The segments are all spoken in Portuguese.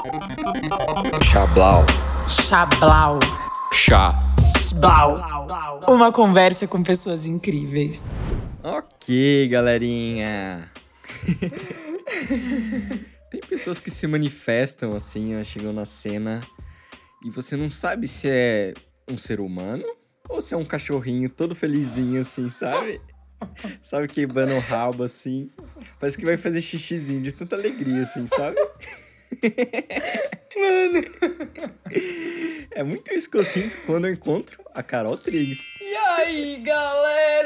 Chablau. Chablau. Chablau. Uma conversa com pessoas incríveis. Ok, galerinha. Tem pessoas que se manifestam assim, chegam na cena e você não sabe se é um ser humano ou se é um cachorrinho todo felizinho assim, sabe? Sabe, quebrando o rabo assim. Parece que vai fazer xixizinho de tanta alegria assim, sabe? Mano. É muito isso que eu sinto quando eu encontro a Carol Trigues. E aí, galera?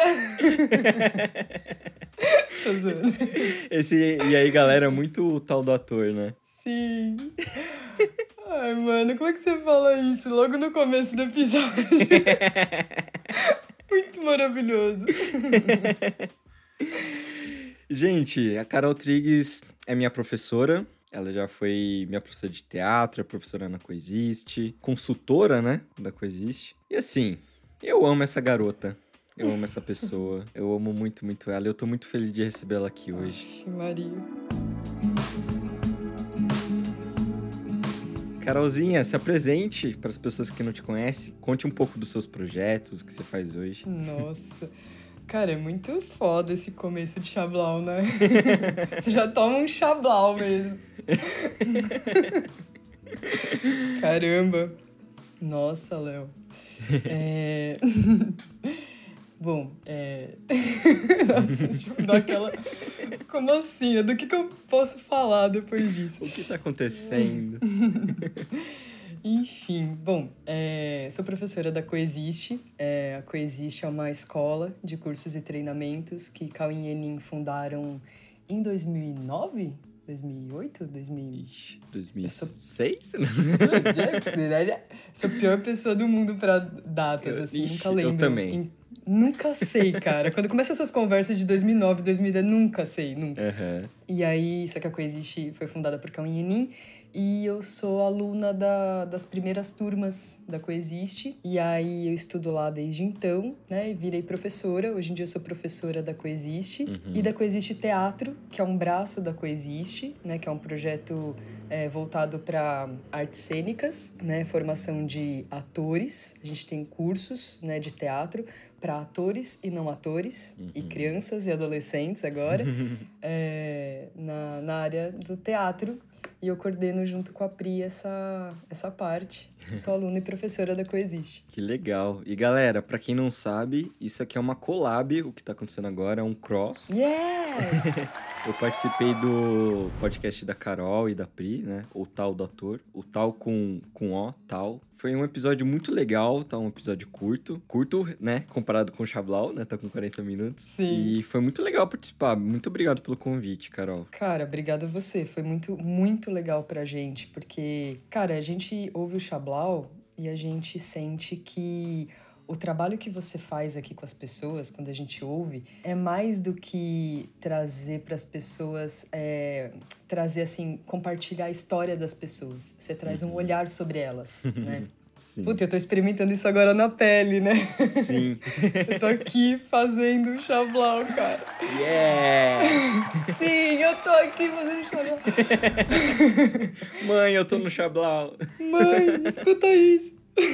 Tô zoando. E aí, galera, é muito o tal do ator, né? Sim. Ai, mano, como é que você fala isso logo no começo do episódio? Muito maravilhoso. Gente, a Carol Trigues é minha professora. Ela já foi minha professora de teatro, é professora na Coexiste, consultora, né, da Coexiste. E assim, eu amo essa garota. Eu amo essa pessoa. Eu amo muito, muito ela. E eu tô muito feliz de recebê-la aqui hoje. Ixi, Maria. Carolzinha, se apresente para as pessoas que não te conhecem. Conte um pouco dos seus projetos, o que você faz hoje. Nossa. Cara, é muito foda esse começo de Chablau, né? Você já toma um Chablau mesmo. Caramba. Nossa, Léo. Bom, Nossa, deixa eu dar aquela... Como assim? Do que eu posso falar depois disso? O que tá acontecendo? Enfim, bom, sou professora da Coexiste. A Coexiste é uma escola de cursos e treinamentos que Cauê e Enin fundaram em 2009? 2008? 2006? Sou a pior pessoa do mundo pra datas, assim, nunca lembro. Eu também. Nunca sei, cara. Quando começam essas conversas de 2009, 2010, nunca sei, nunca. Uhum. E aí, só que a Coexiste foi fundada por Cauê e Enin. E eu sou aluna das primeiras turmas da Coexiste. E aí eu estudo lá desde então, né? E virei professora. Hoje em dia eu sou professora da Coexiste. Uhum. E da Coexiste Teatro, que é um braço da Coexiste, né? Que é um projeto voltado para artes cênicas, né? Formação de atores. A gente tem cursos, né, de teatro para atores e não atores. Uhum. E crianças e adolescentes agora. Na área do teatro. E eu coordeno junto com a Pri essa parte. Sou aluna e professora da Coexiste. Que legal. E galera, pra quem não sabe, isso aqui é uma collab, o que tá acontecendo agora é um cross. Yes! Eu participei do podcast da Carol e da Pri, né? O tal do ator. O tal com O, tal. Foi um episódio muito legal, tá? Um episódio curto. Curto, né? Comparado com o Chablau, né? Tá com 40 minutos. Sim. E foi muito legal participar. Muito obrigado pelo convite, Carol. Cara, obrigada a você. Foi muito, muito legal pra gente. Porque, cara, a gente ouve o Chablau e a gente sente que o trabalho que você faz aqui com as pessoas, quando a gente ouve, é mais do que trazer para as pessoas, trazer assim, compartilhar a história das pessoas. Você traz um olhar sobre elas, né? Sim. Puta, eu tô experimentando isso agora na pele, né? Sim. Eu tô aqui fazendo o Chablau, cara. Yeah! Sim, eu tô aqui fazendo o Chablau. Mãe, eu tô no Chablau. Mãe, escuta isso.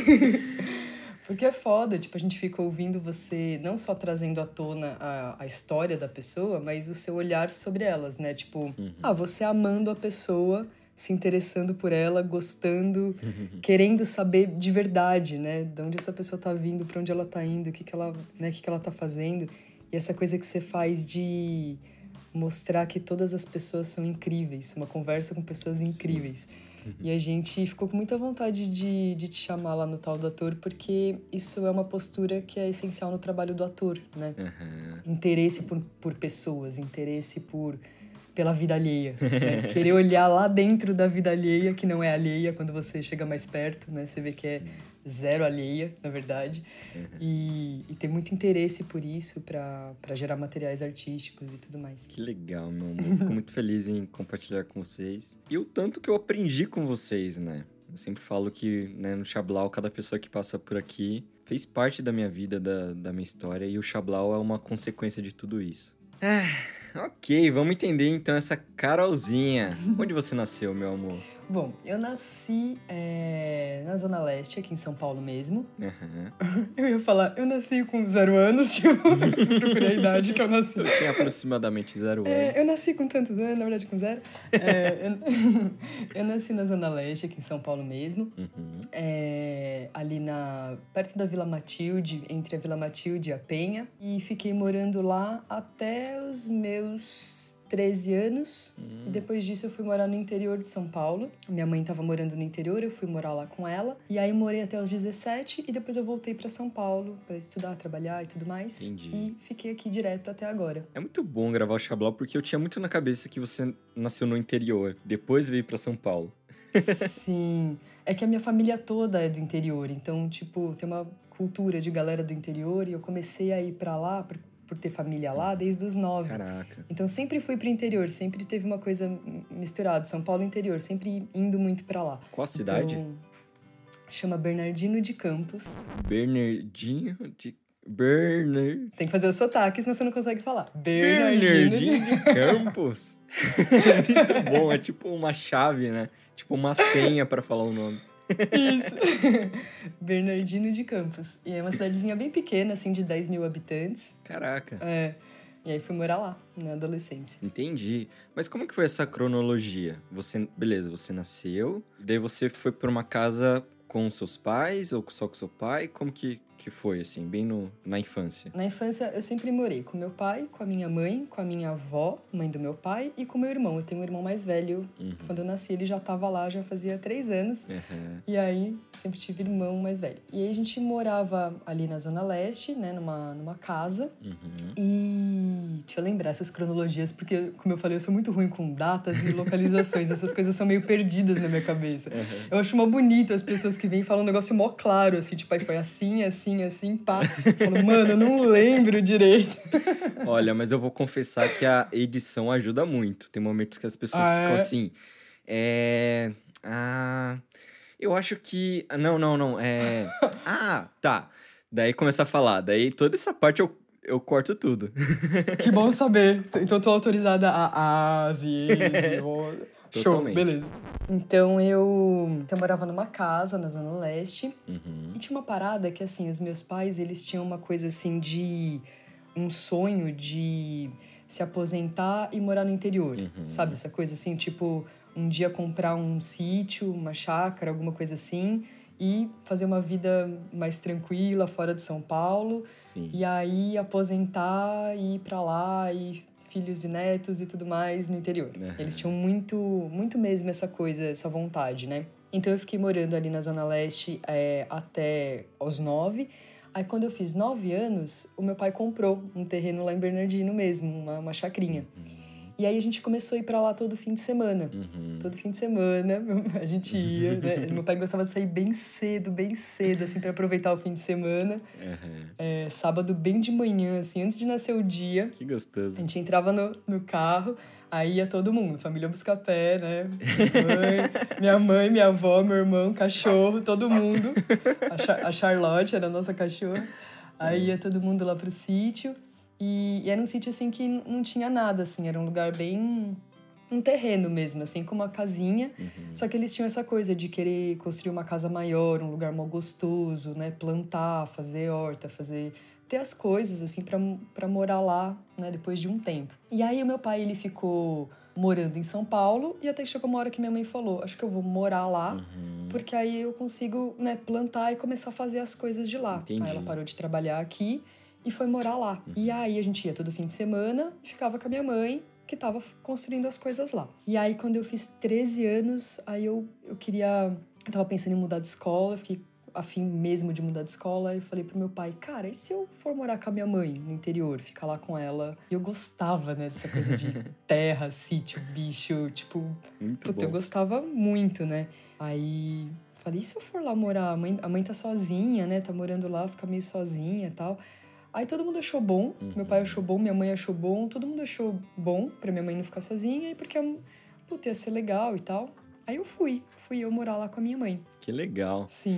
Porque é foda, tipo, a gente fica ouvindo você, não só trazendo à tona a história da pessoa, mas o seu olhar sobre elas, né? Tipo, você amando a pessoa, se interessando por ela, gostando, querendo saber de verdade, né? De onde essa pessoa tá vindo, pra onde ela tá indo, o que ela tá fazendo. E essa coisa que você faz de mostrar que todas as pessoas são incríveis, uma conversa com pessoas incríveis. E a gente ficou com muita vontade de te chamar lá no Tal do Ator, porque isso é uma postura que é essencial no trabalho do ator, né? Uhum. Interesse por pessoas, interesse pela vida alheia, né? Querer olhar lá dentro da vida alheia, que não é alheia quando você chega mais perto, né? Você vê que é zero alheia, na verdade. E ter muito interesse por isso para gerar materiais artísticos e tudo mais. Que legal, meu amor. Fico muito feliz em compartilhar com vocês. E o tanto que eu aprendi com vocês, né? Eu sempre falo que, né, no Chablau, cada pessoa que passa por aqui fez parte da minha vida, da minha história. E o Chablau é uma consequência de tudo isso. Ok, vamos entender então essa Carolzinha. Onde você nasceu, meu amor? Bom, eu nasci na Zona Leste, aqui em São Paulo mesmo. Aham. Eu ia falar, eu nasci com 0 anos, tipo, procurei a idade que eu nasci. Você tem aproximadamente 0 anos. Eu nasci com tantos anos, na verdade com 0. Eu nasci na Zona Leste, aqui em São Paulo mesmo. Uhum. Ali perto da Vila Matilde, entre a Vila Matilde e a Penha. E fiquei morando lá até os meus 13 anos. E depois disso eu fui morar no interior de São Paulo. Minha mãe estava morando no interior, eu fui morar lá com ela. E aí morei até os 17 e depois eu voltei para São Paulo para estudar, trabalhar e tudo mais. Entendi. E fiquei aqui direto até agora. É muito bom gravar o Xablau, porque eu tinha muito na cabeça que você nasceu no interior, depois veio pra São Paulo. Sim. É que a minha família toda é do interior, então, tipo, tem uma cultura de galera do interior e eu comecei a ir pra lá por ter família lá desde os 9. Caraca. Então sempre fui pro interior, sempre teve uma coisa misturada, São Paulo interior, sempre indo muito pra lá. Qual a cidade? Então, chama Bernardino de Campos. Bernardinho de... Bernard... Tem que fazer o sotaque, senão você não consegue falar. Bernardinho de Campos. Muito bom, é tipo uma chave, né? Tipo uma senha pra falar o nome. Isso. Bernardino de Campos. E é uma cidadezinha bem pequena, assim, de 10 mil habitantes. Caraca. E aí fui morar lá, na adolescência. Entendi. Mas como que foi essa cronologia? Beleza, você nasceu, daí você foi pra uma casa com seus pais ou só com seu pai? Como que foi, assim, bem na infância? Na infância, eu sempre morei com meu pai, com a minha mãe, com a minha avó, mãe do meu pai, e com meu irmão. Eu tenho um irmão mais velho. Quando eu nasci, ele já tava lá, já fazia 3 anos. E aí, sempre tive irmão mais velho. E aí, a gente morava ali na Zona Leste, né, numa casa. E deixa eu lembrar essas cronologias, porque, como eu falei, eu sou muito ruim com datas e localizações. Essas coisas são meio perdidas na minha cabeça. Eu acho mó bonito as pessoas que vêm e falam um negócio mó claro, assim, tipo, aí foi assim, pá. Eu falo, mano, eu não lembro direito. Olha, mas eu vou confessar que a edição ajuda muito. Tem momentos que as pessoas ficam assim... eu acho que... Não. Tá. Daí começa a falar. Daí toda essa parte eu corto tudo. Que bom saber. Então eu tô autorizada a as e show, Totalmente. beleza. Então eu morava numa casa na Zona Leste. E tinha uma parada que, assim, os meus pais, eles tinham uma coisa, assim, de... um sonho de se aposentar e morar no interior. Sabe? Essa coisa, assim, tipo... um dia comprar um sítio, uma chácara, alguma coisa assim... e fazer uma vida mais tranquila fora de São Paulo. Sim. E aí aposentar e ir pra lá e filhos e netos e tudo mais no interior. Eles tinham muito, muito mesmo essa coisa, essa vontade, né? Então eu fiquei morando ali na Zona Leste até aos 9. Aí quando eu fiz 9 anos, o meu pai comprou um terreno lá em Bernardino mesmo, uma chacrinha. E aí a gente começou a ir pra lá todo fim de semana. Todo fim de semana a gente ia, né? Meu pai gostava de sair bem cedo, assim, pra aproveitar o fim de semana. Sábado bem de manhã, assim, antes de nascer o dia. Que gostoso. A gente entrava no carro, aí ia todo mundo, família Buscapé, né? Minha mãe, minha avó, meu irmão, cachorro, todo mundo. A Charlotte era a nossa cachorra. Aí ia todo mundo lá pro sítio. E era um sítio, assim, que não tinha nada, assim. Era um lugar bem... um terreno mesmo, assim, com uma casinha. Só que eles tinham essa coisa de querer construir uma casa maior, um lugar mó gostoso, né? Plantar, fazer horta, ter as coisas, assim, pra morar lá, né? Depois de um tempo. E aí, o meu pai, ele ficou morando em São Paulo. E até que chegou uma hora que minha mãe falou, acho que eu vou morar lá. Porque aí eu consigo, né, plantar e começar a fazer as coisas de lá. Entendi. Aí ela parou de trabalhar aqui e foi morar lá. E aí a gente ia todo fim de semana e ficava com a minha mãe, que tava construindo as coisas lá. E aí, quando eu fiz 13 anos, aí eu queria... eu tava pensando em mudar de escola, fiquei a fim mesmo de mudar de escola. Aí eu falei pro meu pai, cara, e se eu for morar com a minha mãe no interior, ficar lá com ela? E eu gostava, né, dessa coisa de terra, sítio, bicho, tipo... Muito bom. Eu gostava muito, né? Aí... falei, e se eu for lá morar? A mãe tá sozinha, né? Tá morando lá, fica meio sozinha e tal... Aí todo mundo achou bom, meu pai achou bom, minha mãe achou bom, todo mundo achou bom pra minha mãe não ficar sozinha e porque, ia ser legal e tal. Aí eu fui eu morar lá com a minha mãe. Que legal. Sim.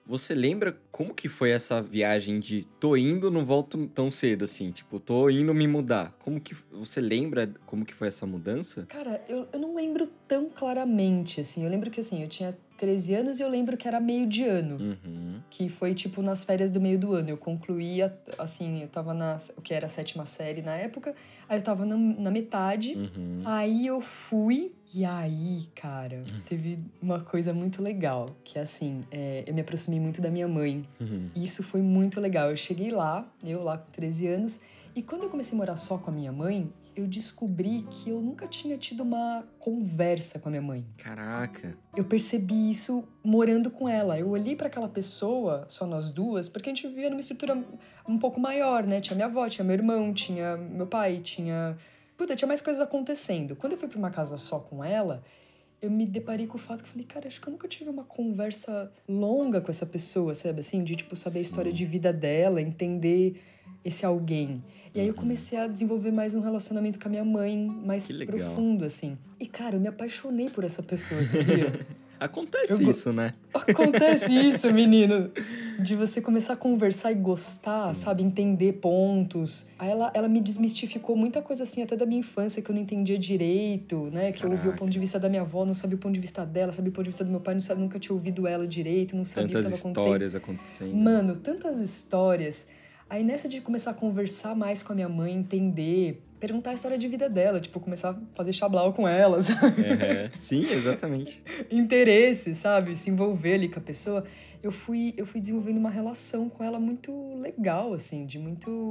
Você lembra como que foi essa viagem de tô indo, não volto tão cedo, assim? Tipo, tô indo me mudar. Como que... Você lembra como que foi essa mudança? Cara, eu não lembro tão claramente, assim. Eu lembro que, assim, eu tinha 13 anos e eu lembro que era meio de ano. Uhum. Que foi, tipo, nas férias do meio do ano. Eu concluía, assim, eu tava o que era a 7ª série na época. Aí eu tava na metade. Uhum. Aí eu fui. E aí, cara, teve uma coisa muito legal. Que, assim, eu me aproximei muito da minha mãe. Uhum. E isso foi muito legal. Eu cheguei lá, eu lá com 13 anos. E quando eu comecei a morar só com a minha mãe, eu descobri que eu nunca tinha tido uma conversa com a minha mãe. Caraca. Eu percebi isso morando com ela. Eu olhei para aquela pessoa, só nós duas, porque a gente vivia numa estrutura um pouco maior, né? Tinha minha avó, tinha meu irmão, tinha meu pai, tinha... Puta, tinha mais coisas acontecendo. Quando eu fui pra uma casa só com ela, eu me deparei com o fato que eu falei, cara, acho que eu nunca tive uma conversa longa com essa pessoa, sabe? Assim, de, tipo, saber a história de vida dela, entender esse alguém. E aí eu comecei a desenvolver mais um relacionamento com a minha mãe, mais Que legal. profundo, assim. E, cara, eu me apaixonei por essa pessoa, sabia? Acontece isso, né? Acontece isso, menino. De você começar a conversar e gostar, Sim. sabe? Entender pontos. Aí ela me desmistificou muita coisa assim, até da minha infância, que eu não entendia direito, né? Que eu ouvia o ponto de vista da minha avó, não sabia o ponto de vista dela, sabia o ponto de vista do meu pai, não sabia, nunca tinha ouvido ela direito, não sabia o que Tantas estava histórias acontecendo. acontecendo. Mano, tantas histórias. Aí nessa de começar a conversar mais com a minha mãe, entender, perguntar a história de vida dela, tipo, começar a fazer xablau com ela, sabe? Sim, exatamente. Interesse, sabe? Se envolver ali com a pessoa. Eu fui desenvolvendo uma relação com ela muito legal, assim, de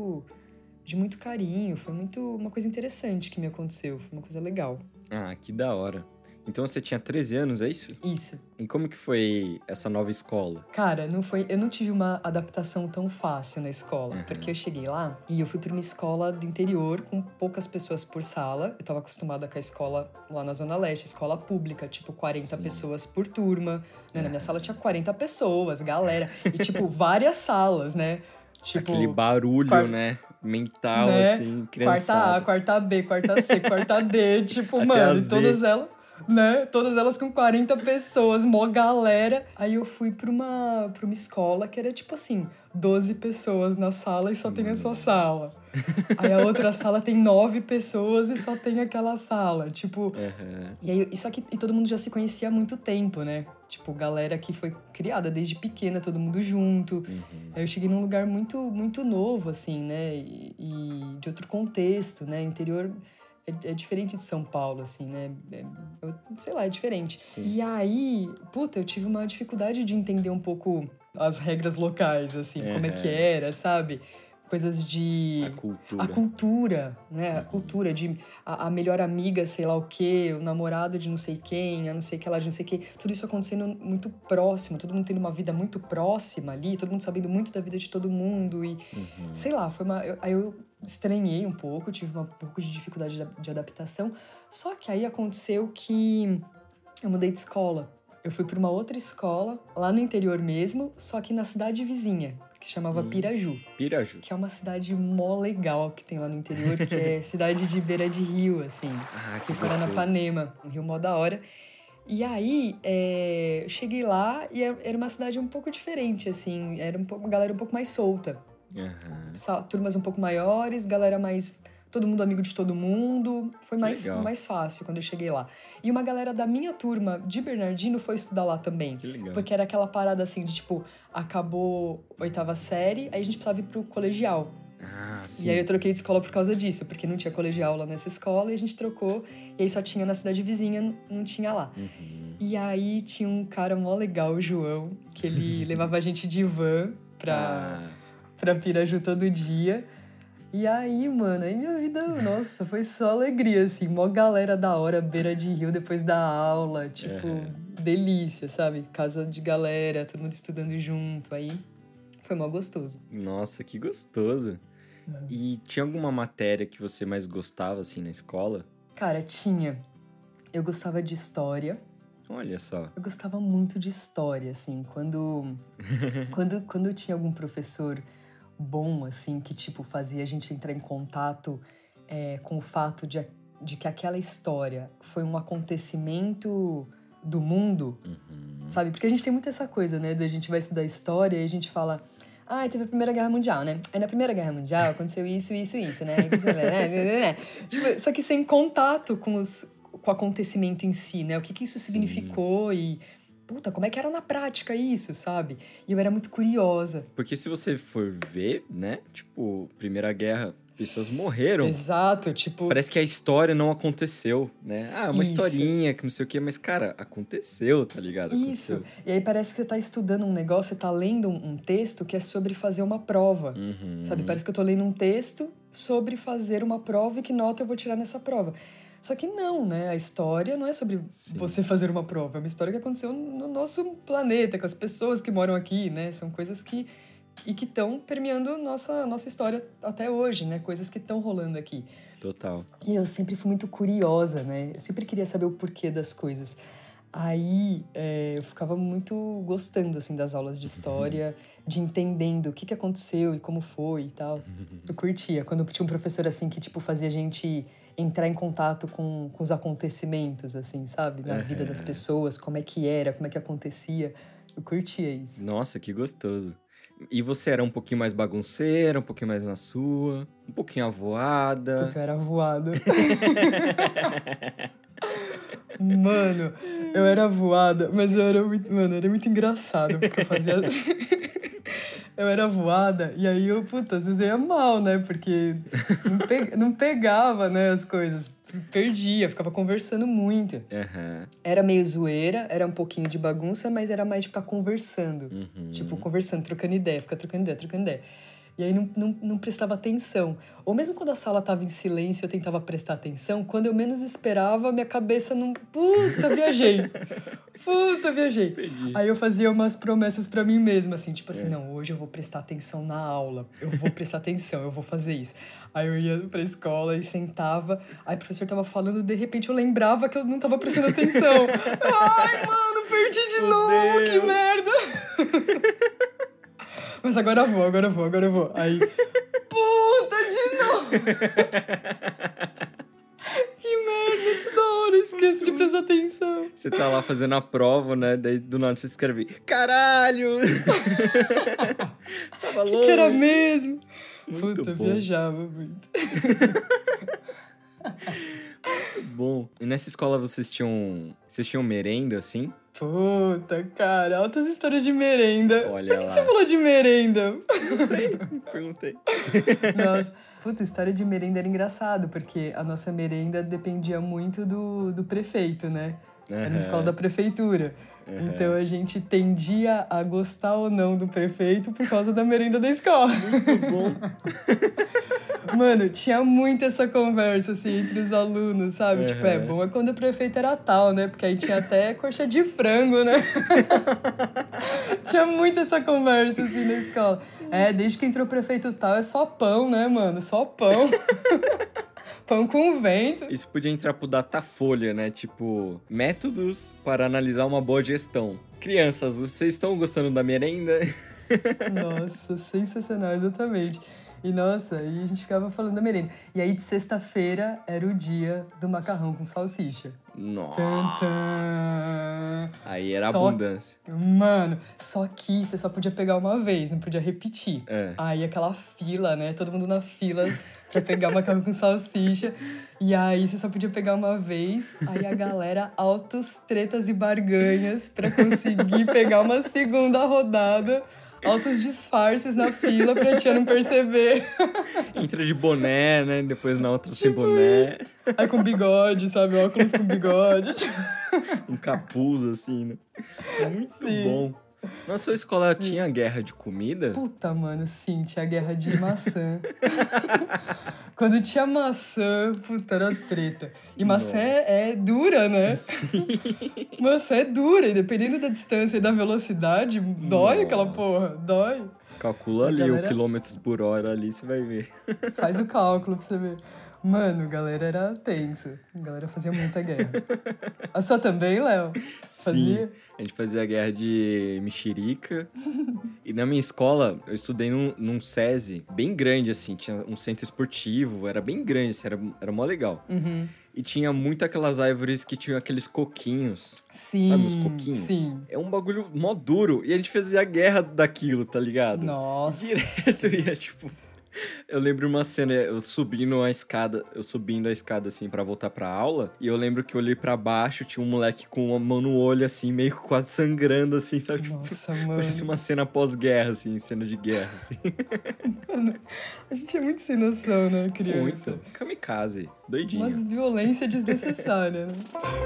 muito carinho. Foi uma coisa interessante que me aconteceu. Foi uma coisa legal. Ah, que da hora. Então você tinha 13 anos, é isso? Isso. E como que foi essa nova escola? Cara, eu não tive uma adaptação tão fácil na escola, porque eu cheguei lá e eu fui para uma escola do interior com poucas pessoas por sala. Eu tava acostumada com a escola lá na Zona Leste, escola pública, tipo 40 pessoas por turma. Né? Na minha sala tinha 40 pessoas, galera, e tipo várias salas, né? Tipo, Aquele barulho, né? Mental, né? assim, Quarta A, criançada. quarta B, quarta C, quarta D, tipo, Até a mano, e Z. todas elas, né? Todas elas com 40 pessoas, mó galera. Aí eu fui pra uma escola que era tipo assim, 12 pessoas na sala e só tem a sua sala. Aí a outra sala tem 9 pessoas e só tem aquela sala. Tipo. E aí, isso aqui, e todo mundo já se conhecia há muito tempo, né? Tipo, galera que foi criada desde pequena, todo mundo junto. Aí eu cheguei num lugar muito, muito novo, assim, né? E de outro contexto, né? Interior é diferente de São Paulo, assim, né? Sei lá, é diferente. Sim. E aí, puta, eu tive uma dificuldade de entender um pouco as regras locais, assim, como é que era, sabe? Coisas de... A cultura. A cultura, né? A cultura de a melhor amiga, sei lá o quê, o namorado de não sei quem, a não sei que lá de não sei o quê. Tudo isso acontecendo muito próximo, todo mundo tendo uma vida muito próxima ali, todo mundo sabendo muito da vida de todo mundo e... Sei lá, foi uma... Aí eu estranhei um pouco, tive um pouco de dificuldade de adaptação. Só que aí aconteceu que eu mudei de escola. Eu fui para uma outra escola, lá no interior mesmo, só que na cidade vizinha, que chamava Piraju. Piraju. Que é uma cidade mó legal que tem lá no interior, que é cidade de beira de rio, assim. Ah, que Rio Paranapanema, um rio mó da hora. E aí, eu cheguei lá e era uma cidade um pouco diferente, assim. Era uma galera um pouco mais solta. Turmas um pouco maiores, galera mais... Todo mundo amigo de todo mundo. Foi mais fácil quando eu cheguei lá. E uma galera da minha turma de Bernardino foi estudar lá também. Que legal. Porque era aquela parada assim de tipo, acabou a 8ª série, aí a gente precisava ir pro colegial. Ah, sim. E aí eu troquei de escola por causa disso, porque não tinha colegial lá nessa escola e a gente trocou. E aí só tinha na cidade vizinha, não tinha lá. E aí tinha um cara mó legal, o João, que ele levava a gente de van pra Piraju todo dia. E aí, mano, aí minha vida, nossa, foi só alegria, assim. Mó galera da hora, beira de rio depois da aula. Tipo, delícia, sabe? Casa de galera, todo mundo estudando junto. Aí foi mó gostoso. Nossa, que gostoso. E tinha alguma matéria que você mais gostava, assim, na escola? Cara, tinha. Eu gostava de história. Olha só. Eu gostava muito de história, assim. Quando tinha algum professor bom, assim, que, tipo, fazia a gente entrar em contato com o fato de que aquela história foi um acontecimento do mundo, sabe? Porque a gente tem muito essa coisa, né? Da gente vai estudar história e a gente fala... teve a Primeira Guerra Mundial, né? Aí na Primeira Guerra Mundial aconteceu isso, né? Tipo, só que sem contato com o acontecimento em si, né? O que isso significou e... Puta, como é que era na prática isso, sabe? E eu era muito curiosa. Porque se você for ver, né? Tipo, Primeira Guerra, pessoas morreram. Exato, tipo... Parece que a história não aconteceu, né? Uma historinha que não sei o quê, mas, cara, aconteceu, tá ligado? Isso. E aí parece que você tá estudando um negócio, você tá lendo um texto que é sobre fazer uma prova, sabe? Parece que eu tô lendo um texto sobre fazer uma prova e que nota eu vou tirar nessa prova. Só que não, né? A história não é sobre você fazer uma prova. É uma história que aconteceu no nosso planeta, com as pessoas que moram aqui, né? São coisas que estão permeando nossa história até hoje, né? Coisas que estão rolando aqui. Total. E eu sempre fui muito curiosa, né? Eu sempre queria saber o porquê das coisas. Aí eu ficava muito gostando, assim, das aulas de história, de entendendo o que aconteceu e como foi e tal. Eu curtia. Quando tinha um professor, assim, que, tipo, fazia a gente entrar em contato com os acontecimentos, assim, sabe? Na vida das pessoas, como é que era, como é que acontecia. Eu curtia isso. Nossa, que gostoso. E você era um pouquinho mais bagunceira, um pouquinho mais na sua, um pouquinho avoada. Puta, eu era voada. Mano, eu era voada, mas eu era muito... Mano, era muito engraçado, porque eu fazia... Eu era voada, e aí eu, puta, às vezes eu ia mal, né? Porque não pegava, né, as coisas. Perdia, ficava conversando muito. Era meio zoeira, era um pouquinho de bagunça, mas era mais de ficar conversando. Tipo, conversando, trocando ideia, ficar trocando ideia. E aí não prestava atenção. Ou mesmo quando a sala tava em silêncio, eu tentava prestar atenção. Quando eu menos esperava, minha cabeça não... viajei. Entendi. Aí eu fazia umas promessas pra mim mesma, assim. Tipo assim, não, hoje eu vou prestar atenção na aula. Eu vou prestar atenção, eu vou fazer isso. Aí eu ia pra escola e sentava. Aí o professor tava falando, de repente eu lembrava que eu não tava prestando atenção. Ai, mano, perdi de novo, que merda. Mas agora eu vou. Aí, puta, de novo! Que merda, toda hora eu esqueço de prestar atenção. Você tá lá fazendo a prova, né? Daí do nada você escreve, caralho! Tava longe. Que era mesmo? Muito Puta, eu bom. viajava muito. Muito bom. E nessa escola vocês tinham merenda, assim? Puta, cara, altas histórias de merenda. Olha Por que lá. você falou de merenda? Não sei, perguntei. Nossa, puta, história de merenda era engraçado, porque a nossa merenda dependia muito do prefeito, né? Era na escola da prefeitura. Então a gente tendia a gostar ou não do prefeito por causa da merenda da escola. Muito bom. Mano, tinha muito essa conversa, assim, entre os alunos, sabe? Tipo, bom é quando o prefeito era tal, né? Porque aí tinha até coxa de frango, né? Tinha muito essa conversa, assim, na escola. Desde que entrou o prefeito tal, é só pão, né, mano? Só pão. Pão com vento. Isso podia entrar pro Datafolha, né? Tipo, métodos para analisar uma boa gestão. Crianças, vocês estão gostando da merenda? Nossa, sensacional, exatamente. E, nossa, aí a gente ficava falando da merenda. E aí, de sexta-feira, era o dia do macarrão com salsicha. Nossa! Tantã. Aí era abundância. Mano, só que você só podia pegar uma vez, não podia repetir. Aí aquela fila, né? Todo mundo na fila pra pegar o macarrão com salsicha. E aí você só podia pegar uma vez. Aí a galera, altos tretas e barganhas pra conseguir pegar uma segunda rodada. Altos disfarces na fila pra tia não perceber. Entra de boné, né? Depois na outra sem boné. Isso. Aí com bigode, sabe? Óculos com bigode. Um capuz, assim, né? Muito Sim. bom. Na sua escola tinha guerra de comida? Puta, mano, sim, tinha guerra de maçã. Quando tinha maçã, puta, era treta. E maçã é dura, né? Sim. Maçã é dura, e dependendo da distância e da velocidade, dói aquela porra, dói. Calcula ali galera... o quilômetros por hora ali, você vai ver. Faz o cálculo pra você ver. Mano, a galera era tenso. A galera fazia muita guerra. A sua também, Léo? Fazia? Sim, a gente fazia guerra de mexerica. E na minha escola, eu estudei num SESI bem grande, assim. Tinha um centro esportivo, era bem grande, assim, era mó legal. E tinha muito aquelas árvores que tinham aqueles coquinhos. Sim, Sabe, os coquinhos? sim. É um bagulho mó duro. E a gente fazia a guerra daquilo, tá ligado? E Nossa. direto ia, tipo... Eu lembro uma cena, eu subindo a escada assim pra voltar pra aula, e eu lembro que eu olhei pra baixo, tinha um moleque com uma mão no olho assim, meio quase sangrando assim, sabe? Tipo, Nossa, parecia mano. uma cena pós-guerra assim, cena de guerra assim. Mano, a gente é muito sem noção, né, criança? Muito. Kamikaze, doidinho. Umas violência desnecessária, né?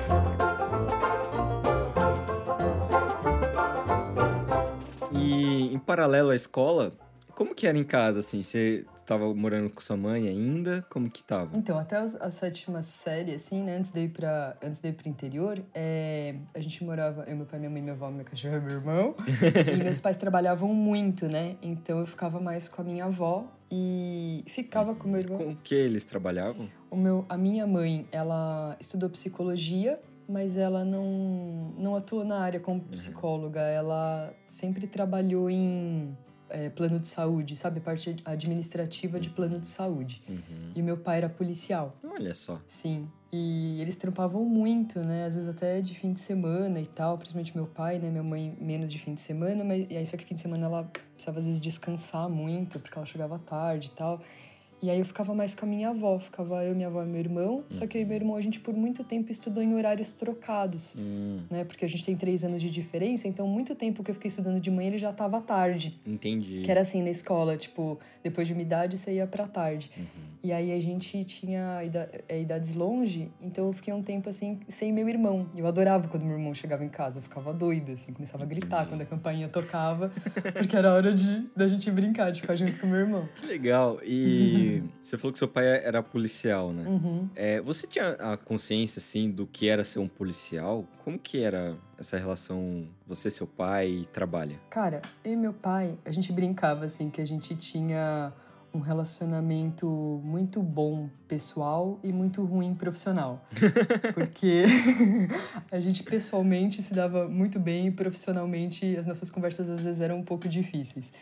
E em paralelo à escola, como que era em casa assim? Você tava morando com sua mãe ainda? Como que tava? Então, até a sétima série, assim, né? Antes de ir pro interior, a gente morava, eu, meu pai, minha mãe, minha avó, minha cachorra e meu irmão. E meus pais trabalhavam muito, né? Então eu ficava mais com a minha avó e ficava com o meu irmão. Com o que eles trabalhavam? A minha mãe, ela estudou psicologia, mas ela não atuou na área como psicóloga. Ela sempre trabalhou em plano de saúde, sabe? Parte administrativa de plano de saúde. E o meu pai era policial. Olha só. Sim. E eles trampavam muito, né? Às vezes até de fim de semana e tal. Principalmente meu pai, né? Minha mãe menos de fim de semana. E aí só que fim de semana ela precisava às vezes descansar muito, porque ela chegava tarde e tal. E aí eu ficava mais com a minha avó. Ficava eu, minha avó e meu irmão. Só que eu e meu irmão, a gente por muito tempo estudou em horários trocados. Né? Porque a gente tem 3 anos de diferença. Então, muito tempo que eu fiquei estudando de manhã, ele já tava tarde. Entendi. Que era assim, na escola. Tipo, depois de uma idade, você ia pra tarde. E aí a gente tinha idades longe. Então, eu fiquei um tempo, assim, sem meu irmão. Eu adorava quando meu irmão chegava em casa. Eu ficava doida, assim. Começava a gritar quando a campainha tocava. Porque era hora da gente brincar, de ficar junto com o meu irmão. Que legal. E você falou que seu pai era policial, né? Você tinha a consciência, assim, do que era ser um policial? Como que era essa relação, você, seu pai e trabalho? Cara, eu e meu pai, a gente brincava, assim, que a gente tinha um relacionamento muito bom pessoal e muito ruim profissional. Porque a gente pessoalmente se dava muito bem e profissionalmente as nossas conversas às vezes eram um pouco difíceis.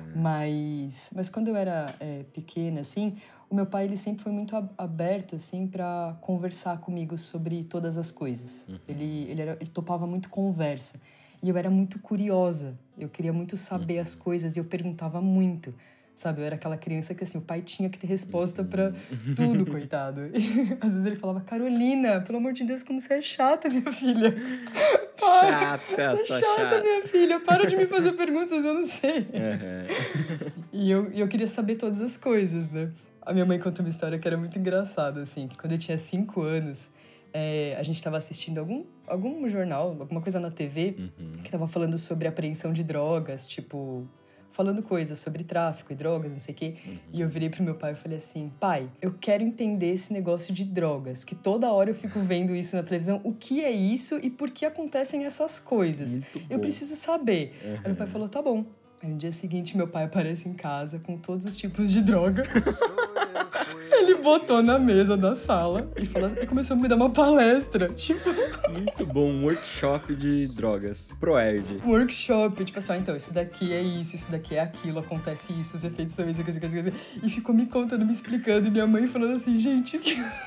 Mas quando eu era pequena, assim, o meu pai ele sempre foi muito aberto assim para conversar comigo sobre todas as coisas. Ele topava muito conversa. E eu era muito curiosa. Eu queria muito saber as coisas e eu perguntava muito. Sabe, eu era aquela criança que, assim, o pai tinha que ter resposta pra tudo, coitado. E, às vezes ele falava, Carolina, pelo amor de Deus, como você é chata, minha filha. Para, Chata, você sua é chata, minha filha. Para de me fazer perguntas, eu não sei. E eu queria saber todas as coisas, né? A minha mãe conta uma história que era muito engraçada, assim. Que quando eu tinha 5 anos, a gente estava assistindo algum jornal, alguma coisa na TV, que tava falando sobre apreensão de drogas, tipo... falando coisas sobre tráfico e drogas, não sei o quê. E eu virei pro meu pai e falei assim, pai, eu quero entender esse negócio de drogas, que toda hora eu fico vendo isso na televisão, o que é isso e por que acontecem essas coisas? Eu preciso saber. Aí meu pai falou, tá bom. Aí no dia seguinte, meu pai aparece em casa com todos os tipos de droga. Ele botou na mesa da sala e começou a me dar uma palestra. Tipo... Muito bom, um workshop de drogas. Proerd. Um workshop, tipo assim, então, isso daqui é isso daqui é aquilo, acontece isso, os efeitos são isso. E ficou me contando, me explicando, e minha mãe falando assim, gente, o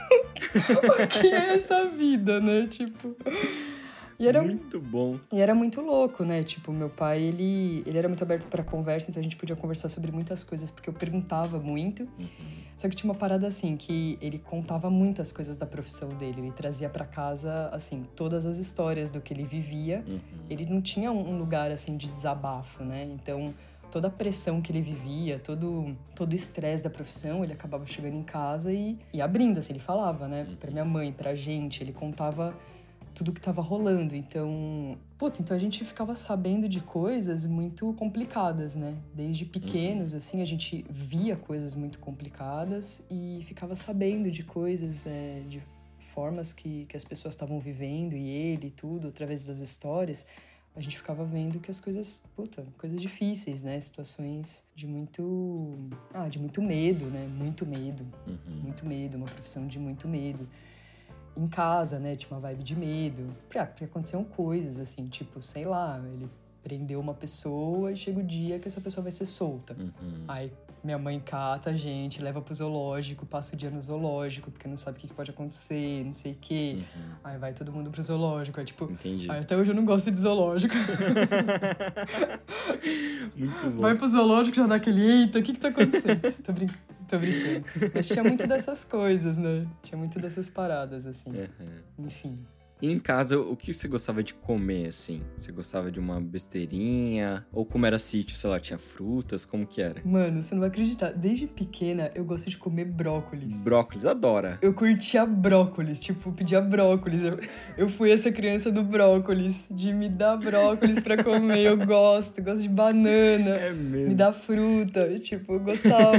que é essa vida, né? Tipo... E era muito bom. E era muito louco, né? Tipo, meu pai, ele era muito aberto pra conversa, então a gente podia conversar sobre muitas coisas, porque eu perguntava muito. Só que tinha uma parada assim, que ele contava muitas coisas da profissão dele. Ele trazia pra casa, assim, todas as histórias do que ele vivia. Ele não tinha um lugar, assim, de desabafo, né? Então, toda a pressão que ele vivia, todo o estresse da profissão, ele acabava chegando em casa e abrindo, assim, ele falava, né? Pra minha mãe, pra gente, ele contava tudo que tava rolando. Então a gente ficava sabendo de coisas muito complicadas, né? Desde pequenos, assim, a gente via coisas muito complicadas e ficava sabendo de coisas, de formas que as pessoas estavam vivendo e ele e tudo, através das histórias. A gente ficava vendo que as coisas, coisas difíceis, né? Situações de muito medo, né? Muito medo. Muito medo, uma profissão de muito medo. Em casa, né, tinha uma vibe de medo. Porque aconteciam coisas, assim, tipo, sei lá, ele prendeu uma pessoa e chega o dia que essa pessoa vai ser solta. Aí minha mãe cata a gente, leva pro zoológico, passa o dia no zoológico, porque não sabe o que pode acontecer, não sei o quê. Aí vai todo mundo pro zoológico, aí tipo... Entendi. Aí até hoje eu não gosto de zoológico. Muito bom. Vai pro zoológico já dá aquele, eita, o que tá acontecendo? Tô brincando. Mas tinha muito dessas coisas, né? Tinha muito dessas paradas, assim. Enfim. E em casa, o que você gostava de comer, assim? Você gostava de uma besteirinha? Ou como era sítio, sei lá, tinha frutas? Como que era? Mano, você não vai acreditar. Desde pequena, eu gosto de comer brócolis. Brócolis, adora. Eu curtia brócolis, tipo, pedia brócolis. Eu fui essa criança do brócolis, de me dar brócolis pra comer. Eu gosto de banana. É mesmo. Me dá fruta. Tipo, eu gostava.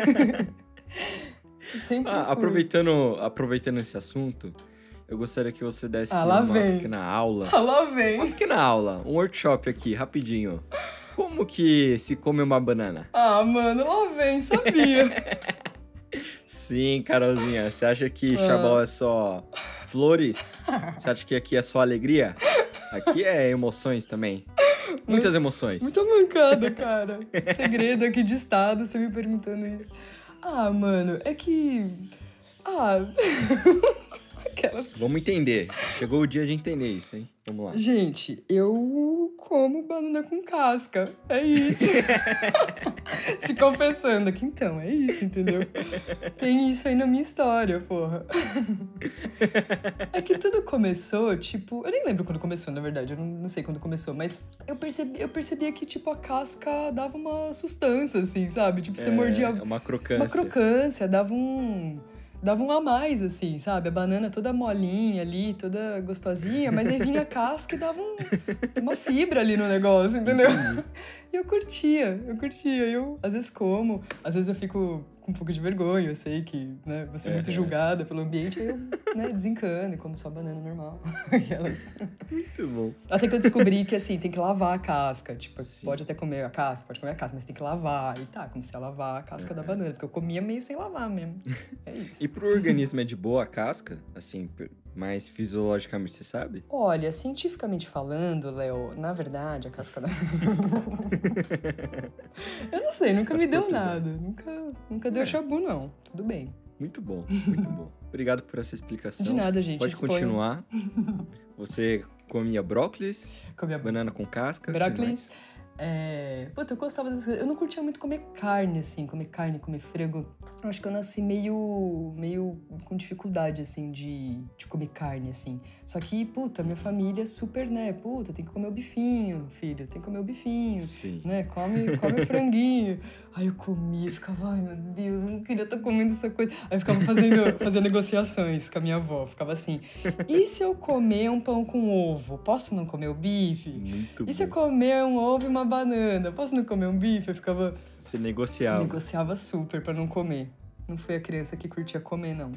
Sempre aproveitando esse assunto... Eu gostaria que você desse pequena aula. Lá vem. Uma pequena aula, um workshop aqui, rapidinho. Como que se come uma banana? Mano, lá vem, sabia. Sim, Carolzinha. Você acha que Xablau é só flores? Você acha que aqui é só alegria? Aqui é emoções também. Muitas emoções. Muita mancada, cara. Segredo aqui de estado, você me perguntando isso. Mano, é que... Aquelas... Vamos entender. Chegou o dia de entender isso, hein? Vamos lá. Gente, eu como banana com casca. É isso. Se confessando aqui, então, é isso, entendeu? Tem isso aí na minha história, porra. É que tudo começou, tipo... Eu nem lembro quando começou, na verdade. Eu não sei quando começou, mas eu percebia que, tipo, a casca dava uma sustância, assim, sabe? Tipo, você mordia... Uma crocância. Uma crocância, dava um a mais, assim, sabe? A banana toda molinha ali, toda gostosinha, mas aí vinha a casca e dava uma fibra ali no negócio, entendeu? E eu curtia. Eu, às vezes, como. Às vezes eu fico com um pouco de vergonha, eu sei que, né, vou ser muito julgada pelo ambiente, aí eu, né, desencano e como só banana normal. Muito bom. Até que eu descobri que, assim, tem que lavar a casca. Tipo, Sim. pode comer a casca, mas tem que lavar. E comecei a lavar a casca da banana, porque eu comia meio sem lavar mesmo. É isso. E pro organismo é de boa a casca? Assim, mais fisiologicamente, você sabe? Olha, cientificamente falando, Léo, na verdade, a casca da... Eu não sei, nunca me deu nada. Nunca deu chabu, não. Tudo bem. Muito bom, muito bom. Obrigado por essa explicação. De nada, gente. Pode continuar. Você comia brócolis, banana com casca. Brócolis. Eu gostava dessas coisas. Eu não curtia muito comer carne, assim, comer frango. Eu acho que eu nasci meio com dificuldade, assim, de comer carne, assim. Só que, minha família super, né? Tem que comer o bifinho, filho. Tem que comer o bifinho. Sim. Né? Come o franguinho. Aí eu comia, ficava, ai meu Deus, eu não queria estar comendo essa coisa. Aí eu ficava fazendo negociações com a minha avó. Ficava assim, e se eu comer um pão com ovo? Posso não comer o bife? Muito bom. Se eu comer um ovo e uma banana? Posso não comer um bife? Eu ficava... Você negociava. Negociava super pra não comer. Não foi a criança que curtia comer, não.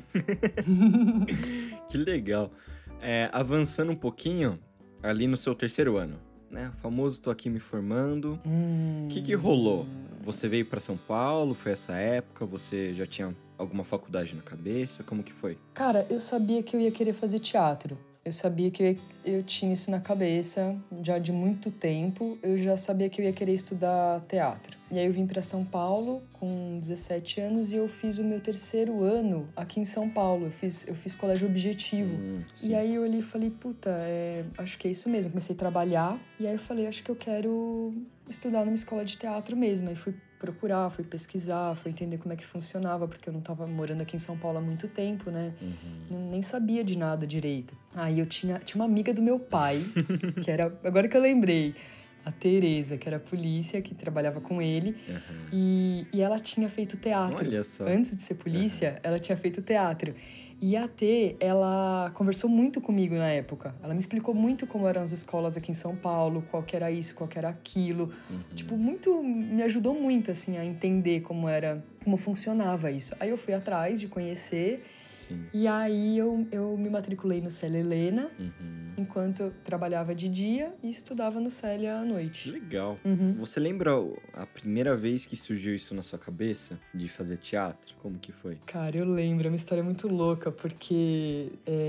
Que legal. Avançando um pouquinho, ali no seu terceiro ano, né? O famoso tô aqui me formando. O que rolou? Você veio pra São Paulo? Foi essa época? Você já tinha alguma faculdade na cabeça? Como que foi? Cara, eu sabia que eu ia querer fazer teatro. Eu sabia que eu tinha isso na cabeça já de muito tempo. Eu já sabia que eu ia querer estudar teatro. E aí eu vim para São Paulo com 17 anos e eu fiz o meu terceiro ano aqui em São Paulo. Eu fiz colégio objetivo. E aí eu olhei e falei, acho que é isso mesmo. Comecei a trabalhar e aí eu falei, acho que eu quero estudar numa escola de teatro mesmo. Aí fui procurar, fui pesquisar, fui entender como é que funcionava, porque eu não tava morando aqui em São Paulo há muito tempo, né? Nem sabia de nada direito. Aí eu tinha uma amiga do meu pai, que era... Agora que eu lembrei, a Tereza, que era polícia, que trabalhava com ele. E ela tinha feito teatro. Olha só. Antes de ser polícia, ela tinha feito teatro. E a T, ela conversou muito comigo na época. Ela me explicou muito como eram as escolas aqui em São Paulo, qual que era isso, qual que era aquilo. Tipo, me ajudou muito, assim, a entender como funcionava isso. Aí eu fui atrás de conhecer. Sim. E aí eu me matriculei no Célia Helena, enquanto eu trabalhava de dia e estudava no Célia à Que noite. legal. Você lembra a primeira vez que surgiu isso na sua cabeça, de fazer teatro? Como que foi? Cara, eu lembro, é uma história muito louca, porque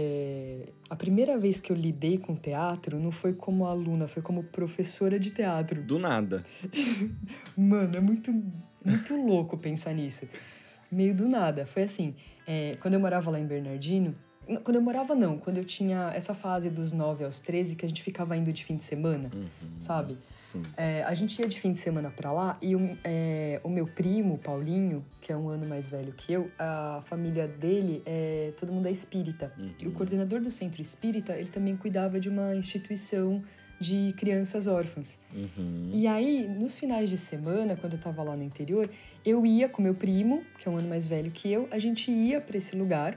a primeira vez que eu lidei com teatro não foi como aluna, foi como professora de teatro. Do nada. Mano, é muito louco pensar nisso. Meio do nada. Foi assim, quando eu morava lá em Bernardino... Quando eu morava, não. Quando eu tinha essa fase dos 9 aos 13, que a gente ficava indo de fim de semana, sabe? Sim. A gente ia de fim de semana pra lá e o meu primo, Paulinho, que é um ano mais velho que eu, a família dele, todo mundo é espírita. E o coordenador do centro espírita, ele também cuidava de uma instituição de crianças órfãs. E aí, nos finais de semana, quando eu tava lá no interior, eu ia com meu primo, que é um ano mais velho que eu, a gente ia pra esse lugar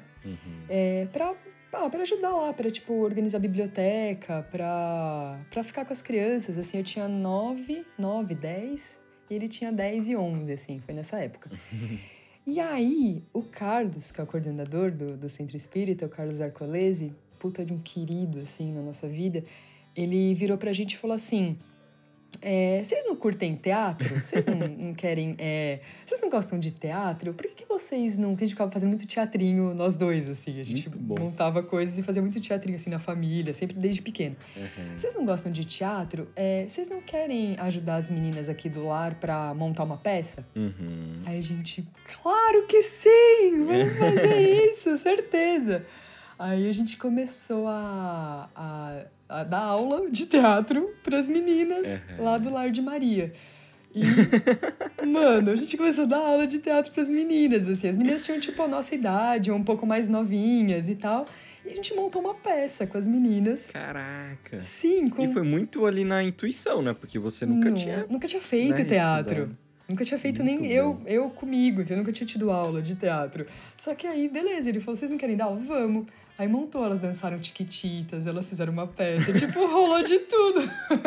pra ajudar lá, pra, tipo, organizar a biblioteca, pra ficar com as crianças, assim. Eu tinha 9, 10, e ele tinha 10 e 11, assim, foi nessa época. E aí, o Carlos, que é o coordenador do Centro Espírita, o Carlos Arcolese, puta de um querido, assim, na nossa vida, ele virou pra gente e falou assim: vocês não curtem teatro? Vocês não querem... vocês não gostam de teatro? Por que vocês não... Porque a gente ficava fazendo muito teatrinho, nós dois, assim. A gente montava coisas e fazia muito teatrinho, assim, na família, sempre desde pequeno. Vocês não gostam de teatro? Vocês não querem ajudar as meninas aqui do lar pra montar uma peça? Aí a gente... Claro que sim! Vamos fazer isso, certeza! Aí a gente começou a dar aula de teatro pras meninas lá do Lar de Maria. E, mano, a gente começou a dar aula de teatro pras meninas, assim. As meninas tinham, tipo, a nossa idade, ou um pouco mais novinhas e tal. E a gente montou uma peça com as meninas. Caraca! Sim, E foi muito ali na intuição, né? Porque você nunca tinha feito teatro. estudado. Nunca tinha feito Muito nem eu comigo, então eu nunca tinha tido aula de teatro. Só que aí, beleza, ele falou, vocês não querem dar aula? Vamos. Aí montou, elas dançaram tiquititas, elas fizeram uma peça, tipo, rolou de tudo.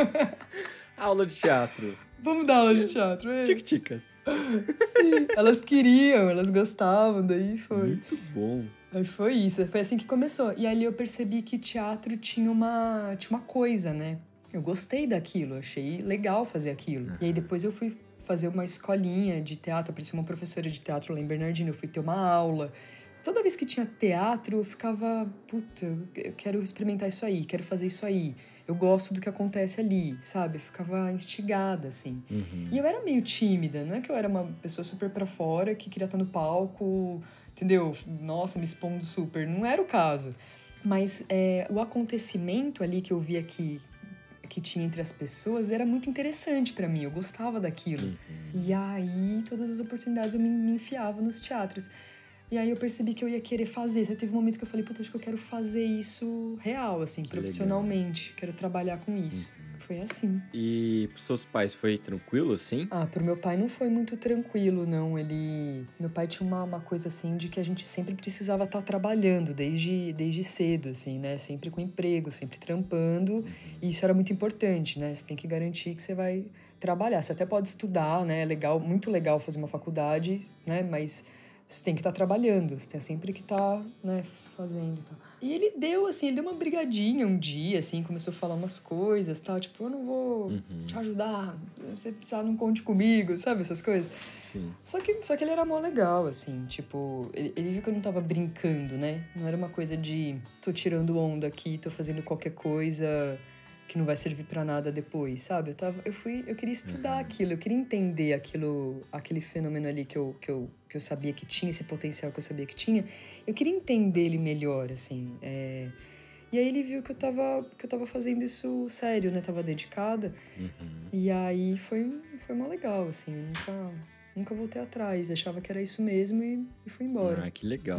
Aula de teatro. Vamos dar aula de teatro, Tic-ticas. Sim, elas queriam, elas gostavam, daí foi. Muito bom. Aí foi isso, foi assim que começou. E ali eu percebi que teatro tinha uma coisa, né? Eu gostei daquilo, achei legal fazer aquilo. E aí depois eu fui fazer uma escolinha de teatro, apareceu uma professora de teatro lá em Bernardino, eu fui ter uma aula. Toda vez que tinha teatro, eu ficava, puta, eu quero experimentar isso aí, quero fazer isso aí. Eu gosto do que acontece ali, sabe? Eu ficava instigada, assim. E eu era meio tímida, não é que eu era uma pessoa super pra fora, que queria estar no palco, entendeu? Nossa, me expondo super. Não era o caso. Mas o acontecimento ali que eu via que tinha entre as pessoas era muito interessante pra mim, eu gostava daquilo. E aí, todas as oportunidades eu me enfiava nos teatros. E aí eu percebi que eu ia querer fazer. Teve um momento que eu falei, puta, acho que eu quero fazer isso real, assim, profissionalmente. Quero trabalhar com isso. Foi assim. E pros seus pais foi tranquilo, assim? Pro meu pai não foi muito tranquilo, não. Meu pai tinha uma coisa, assim, de que a gente sempre precisava estar trabalhando, desde cedo, assim, né? Sempre com emprego, sempre trampando. E isso era muito importante, né? Você tem que garantir que você vai trabalhar. Você até pode estudar, né? É legal, muito legal fazer uma faculdade, né? Mas você tem que estar trabalhando, você tem sempre que estar, né, fazendo e tal. E ele deu uma brigadinha um dia, assim, começou a falar umas coisas, tal, tipo, eu não vou te ajudar, se você precisar, não conte comigo, sabe, essas coisas. Sim. Só que ele era mó legal, assim, tipo, ele viu que eu não tava brincando, né? Não era uma coisa de, tô tirando onda aqui, tô fazendo qualquer coisa que não vai servir pra nada depois, sabe? Eu queria estudar aquilo, eu queria entender aquele fenômeno ali que eu sabia que tinha, esse potencial que eu sabia que tinha. Eu queria entender ele melhor, assim. E aí ele viu que eu tava fazendo isso sério, né? Tava dedicada. E aí foi mó legal, assim. Eu nunca voltei atrás. Achava que era isso mesmo e fui embora. Ah, que legal.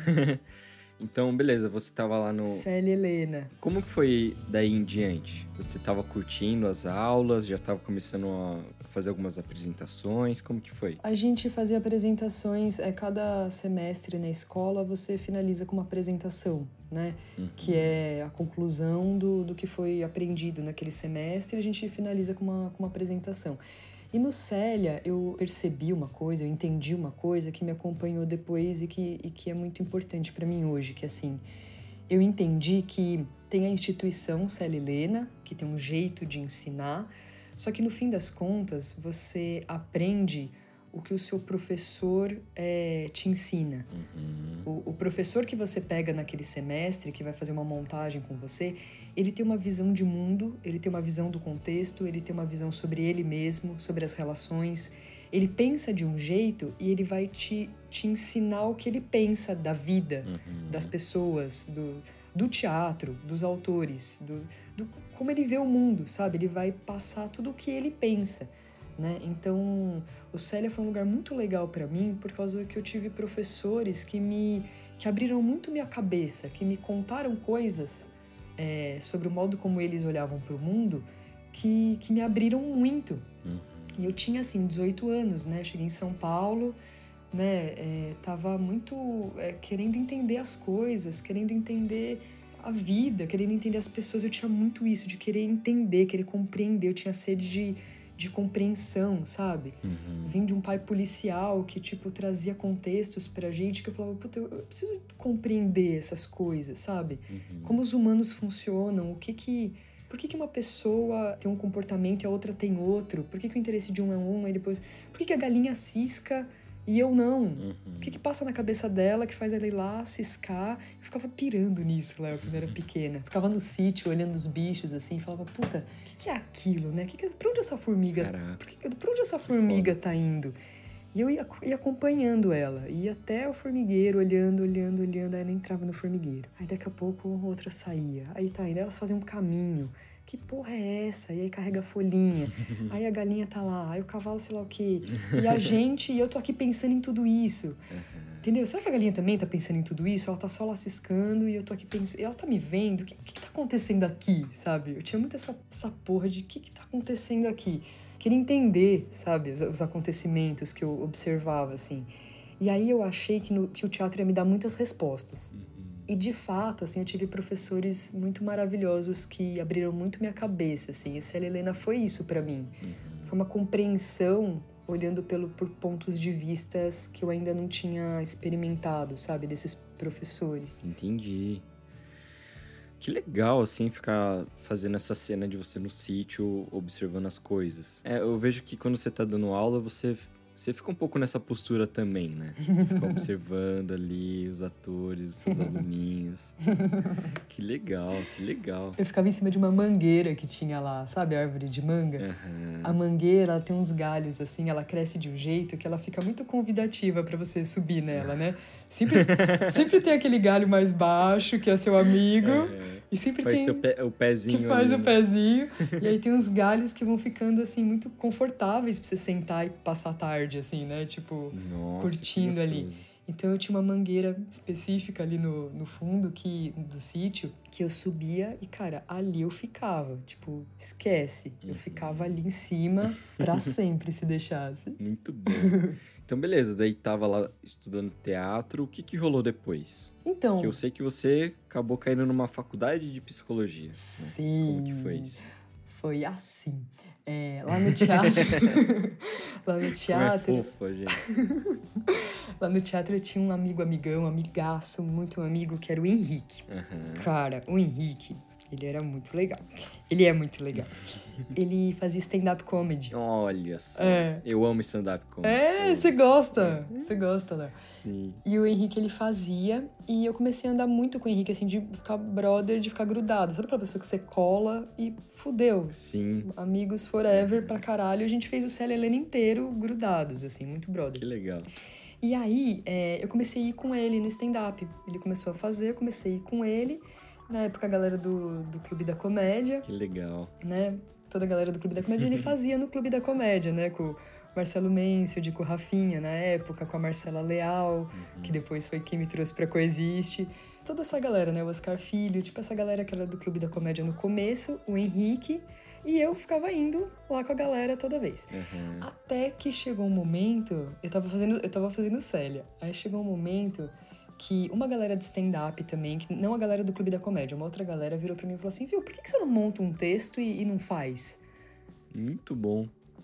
Então, beleza, você tava lá no... Célia Helena. Como que foi daí em diante? Você tava curtindo as aulas, já tava começando a fazer algumas apresentações, como que foi? A gente fazia apresentações, cada semestre na escola você finaliza com uma apresentação, né? Que é a conclusão do que foi aprendido naquele semestre, a gente finaliza com uma apresentação. E no Célia, eu percebi uma coisa, eu entendi uma coisa que me acompanhou depois e que é muito importante para mim hoje, que assim, eu entendi que tem a instituição Célia Helena, que tem um jeito de ensinar, só que no fim das contas, você aprende o que o seu professor te ensina. O professor que você pega naquele semestre, que vai fazer uma montagem com você, ele tem uma visão de mundo, ele tem uma visão do contexto, ele tem uma visão sobre ele mesmo, sobre as relações. Ele pensa de um jeito e ele vai te ensinar o que ele pensa da vida, das pessoas, do teatro, dos autores, como ele vê o mundo, sabe? Ele vai passar tudo o que ele pensa. Né? Então, o Célia foi um lugar muito legal para mim por causa que eu tive professores que abriram muito minha cabeça, que me contaram coisas sobre o modo como eles olhavam para o mundo que me abriram muito. E eu tinha, assim, 18 anos, né? Cheguei em São Paulo, né? Tava muito querendo entender as coisas, querendo entender a vida, querendo entender as pessoas. Eu tinha muito isso de querer entender, querer compreender. Eu tinha sede de compreensão, sabe? Vim de um pai policial que, tipo, trazia contextos pra gente que eu falava, puta, eu preciso compreender essas coisas, sabe? Como os humanos funcionam, por que uma pessoa tem um comportamento e a outra tem outro? Por que o interesse de um é um e depois... Por que a galinha cisca e eu não? O que passa na cabeça dela que faz ela ir lá ciscar? Eu ficava pirando nisso, Léo, quando eu era pequena. Ficava no sítio, olhando os bichos, assim, e falava, puta, o que é aquilo, né? Pra onde essa formiga... Pra onde essa formiga tá indo? E eu ia acompanhando ela. Ia até o formigueiro, olhando. Aí ela entrava no formigueiro. Aí daqui a pouco outra saía. Aí tá indo, elas faziam um caminho. Que porra é essa? E aí carrega a folhinha. Aí a galinha tá lá. Aí o cavalo sei lá o quê. E eu tô aqui pensando em tudo isso. Entendeu? Será que a galinha também tá pensando em tudo isso? Ela tá só lá ciscando e eu tô aqui pensando... Ela tá me vendo? O que tá acontecendo aqui, sabe? Eu tinha muito essa porra de o que tá acontecendo aqui. Queria entender, sabe? Os acontecimentos que eu observava, assim. E aí eu achei que o teatro ia me dar muitas respostas. E, de fato, assim, eu tive professores muito maravilhosos que abriram muito minha cabeça, assim. E o Célia Helena foi isso pra mim. Foi uma compreensão olhando por pontos de vistas que eu ainda não tinha experimentado, sabe? Desses professores. Entendi. Que legal, assim, ficar fazendo essa cena de você no sítio, observando as coisas. Eu vejo que quando você tá dando aula, você fica um pouco nessa postura também, né? Fica observando ali os atores, os seus aluninhos. Que legal, que legal. Eu ficava em cima de uma mangueira que tinha lá, sabe? A árvore de manga. A mangueira, ela tem uns galhos, assim, ela cresce de um jeito que ela fica muito convidativa pra você subir nela, né? Sempre tem aquele galho mais baixo, que é seu amigo. E sempre faz tem o pezinho que faz ali, o pezinho. E aí tem uns galhos que vão ficando, assim, muito confortáveis pra você sentar e passar a tarde, assim, né? Tipo, Nossa, curtindo ali. Então eu tinha uma mangueira específica ali no fundo do sítio que eu subia e, cara, ali eu ficava. Tipo, esquece. Eu ficava ali em cima pra sempre se deixasse. Muito bom. Então, beleza. Daí tava lá estudando teatro. O que rolou depois? Então... Que eu sei que você acabou caindo numa faculdade de psicologia. Sim. Né? Como que foi isso? Foi assim. Lá no teatro... lá no teatro... Como é fofa, gente. Lá no teatro eu tinha um amigão, amigaço, muito amigo, que era o Henrique. Cara, o Henrique, ele era muito legal. Ele é muito legal. Ele fazia stand-up comedy. Olha só. Eu amo stand-up comedy. Você gosta. Você gosta, Léo. Sim. E o Henrique, ele fazia. E eu comecei a andar muito com o Henrique, assim, de ficar brother, de ficar grudado. Sabe aquela pessoa que você cola e fudeu? Sim. Amigos forever pra caralho. E a gente fez o Célia Helena inteiro grudados, assim, muito brother. Que legal. E aí, eu comecei a ir com ele no stand-up. Ele começou a fazer, eu comecei a ir com ele. Na época, a galera do Clube da Comédia. Que legal. Né? Toda a galera do Clube da Comédia, ele fazia no Clube da Comédia, né? Com o Marcelo Mansfield, com o Rafinha, na época, com a Marcela Leal, que depois foi quem me trouxe pra Coexiste. Toda essa galera, né? O Oscar Filho, tipo essa galera que era do Clube da Comédia no começo, o Henrique... E eu ficava indo lá com a galera toda vez. Até que chegou um momento... Eu tava fazendo Célia. Aí chegou um momento que uma galera de stand-up também, que não a galera do Clube da Comédia, uma outra galera virou pra mim e falou assim, viu, por que você não monta um texto e não faz? Muito bom.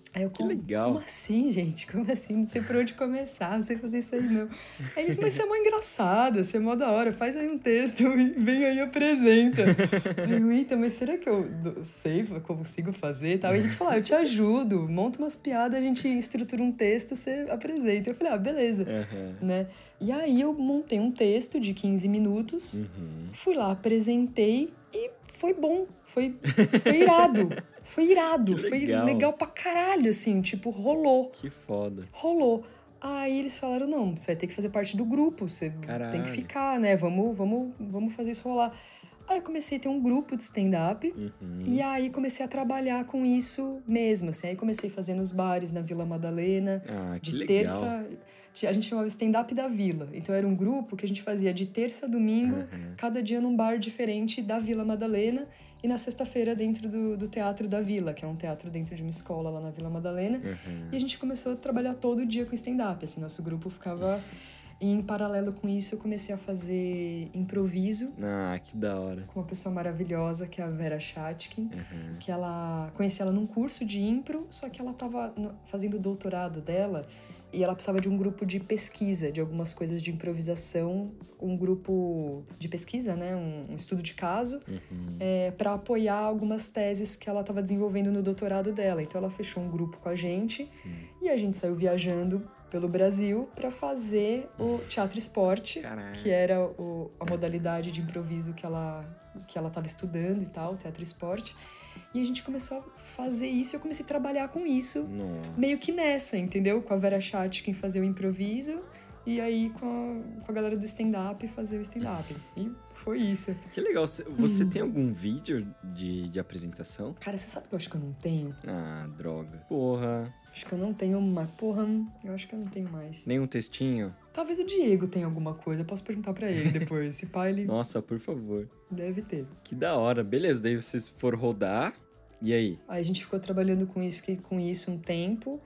Aí eu, Que legal. como assim, gente? Como assim? Não sei por onde começar, não sei fazer isso aí, não. Aí eles, mas você é mó engraçada, você é mó da hora, faz aí um texto e vem aí e apresenta. Aí eu, eita, mas será que eu sei, consigo fazer e tal? E a gente falou, eu te ajudo, monta umas piadas, a gente estrutura um texto, você apresenta. Eu falei, beleza, né? E aí eu montei um texto de 15 minutos, fui lá, apresentei e foi bom, foi irado. Foi irado, Que foi legal. legal pra caralho, assim, tipo, rolou. Que foda. Rolou. Aí eles falaram, não, você vai ter que fazer parte do grupo, você tem que ficar, né, vamos fazer isso rolar. Aí eu comecei a ter um grupo de stand-up, e aí comecei a trabalhar com isso mesmo, assim, aí comecei a fazer nos bares na Vila Madalena, que de legal. terça... A gente chamava stand-up da Vila, então era um grupo que a gente fazia de terça a domingo, cada dia num bar diferente da Vila Madalena, e na sexta-feira dentro do Teatro da Vila, que é um teatro dentro de uma escola lá na Vila Madalena. E a gente começou a trabalhar todo dia com stand-up, assim, nosso grupo ficava... E em paralelo com isso, eu comecei a fazer improviso. Que da hora. Com uma pessoa maravilhosa, que é a Vera Chatkin, que ela... Conheci ela num curso de impro, só que ela tava fazendo o doutorado dela... E ela precisava de um grupo de pesquisa, de algumas coisas de improvisação, um grupo de pesquisa, né? Um estudo de caso, para apoiar algumas teses que ela estava desenvolvendo no doutorado dela. Então ela fechou um grupo com a gente e a gente saiu viajando pelo Brasil para fazer o teatro esporte, que era a modalidade de improviso que ela estava estudando e tal, teatro esporte. E a gente começou a fazer isso e eu comecei a trabalhar com isso, meio que nessa, entendeu? Com a Vera Chatkin fazer o improviso e aí com a galera do stand-up fazer o stand-up. E foi isso. Que legal. Você tem algum vídeo de apresentação? Cara, você sabe que eu acho que eu não tenho? Droga. Porra. Acho que eu não tenho uma... Porra, eu acho que eu não tenho mais. Nenhum textinho? Talvez o Diego tenha alguma coisa, eu posso perguntar pra ele depois. Se pá, ele... Nossa, por favor. Deve ter. Que da hora. Beleza, daí vocês foram rodar, e aí? Aí a gente ficou trabalhando com isso, fiquei com isso um tempo.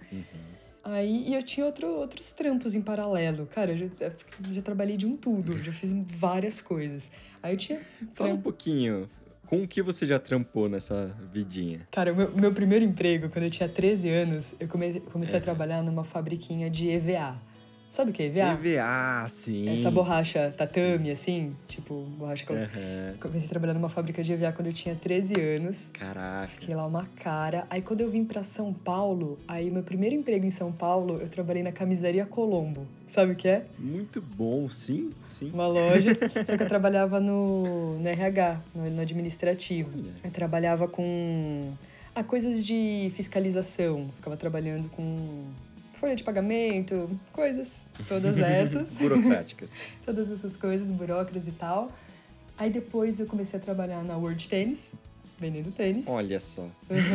Aí, e eu tinha outros trampos em paralelo. Cara, eu já trabalhei de um tudo, já fiz várias coisas. Aí eu tinha... Fala um pouquinho, com o que você já trampou nessa vidinha? Cara, o meu primeiro emprego, quando eu tinha 13 anos, eu comecei a trabalhar numa fabriquinha de EVA. Sabe o que é EVA? EVA, sim. Essa borracha tatame, assim, tipo, borracha que eu comecei a trabalhar numa fábrica de EVA quando eu tinha 13 anos. Caraca. Fiquei lá uma cara. Aí quando eu vim pra São Paulo, aí meu primeiro emprego em São Paulo, eu trabalhei na camisaria Colombo. Sabe o que é? Muito bom, sim. Uma loja. Só que eu trabalhava no RH, no administrativo. Eu trabalhava com coisas de fiscalização. Ficava trabalhando com folha de pagamento, coisas, todas essas. Burocráticas. Todas essas coisas, burocratas e tal. Aí depois eu comecei a trabalhar na World Tênis, vendendo tênis. Olha só.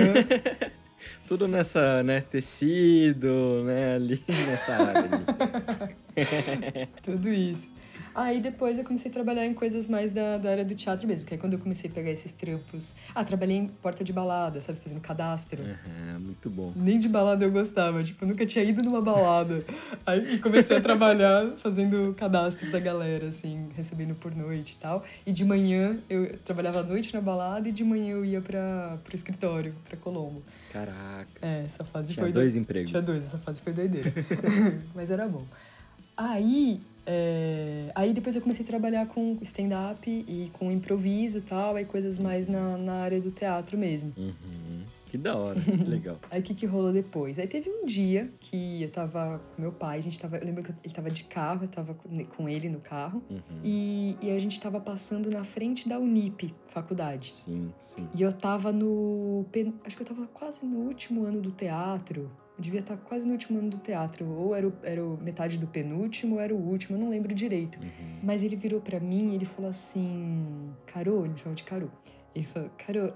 Tudo nessa, né, tecido, né, ali nessa área ali. Tudo isso. Aí depois eu comecei a trabalhar em coisas mais da área do teatro mesmo, que aí quando eu comecei a pegar esses trampos... trabalhei em porta de balada, sabe, fazendo cadastro. Muito bom. Nem de balada eu gostava, tipo, eu nunca tinha ido numa balada. Aí comecei a trabalhar fazendo cadastro da galera, assim, recebendo por noite e tal. E de manhã eu trabalhava à noite na balada e de manhã eu ia pro escritório, pra Colombo. Caraca. Essa fase Tinha foi... dois empregos. Tinha dois, essa fase foi doideira. Mas era bom. Aí depois eu comecei a trabalhar com stand-up e com improviso e tal, aí coisas mais na área do teatro mesmo. Que da hora, que legal. Aí o que rolou depois? Aí teve um dia que eu tava com meu pai, eu lembro que ele tava de carro, eu tava com ele no carro, e a gente tava passando na frente da Unip, faculdade. Sim. E eu tava acho que eu tava quase no último ano do teatro. Eu devia estar quase no último ano do teatro. Ou era metade do penúltimo, ou era o último, eu não lembro direito. Mas ele virou pra mim e ele falou assim... Carô, ele me chamou de Carô. Ele falou, Carô,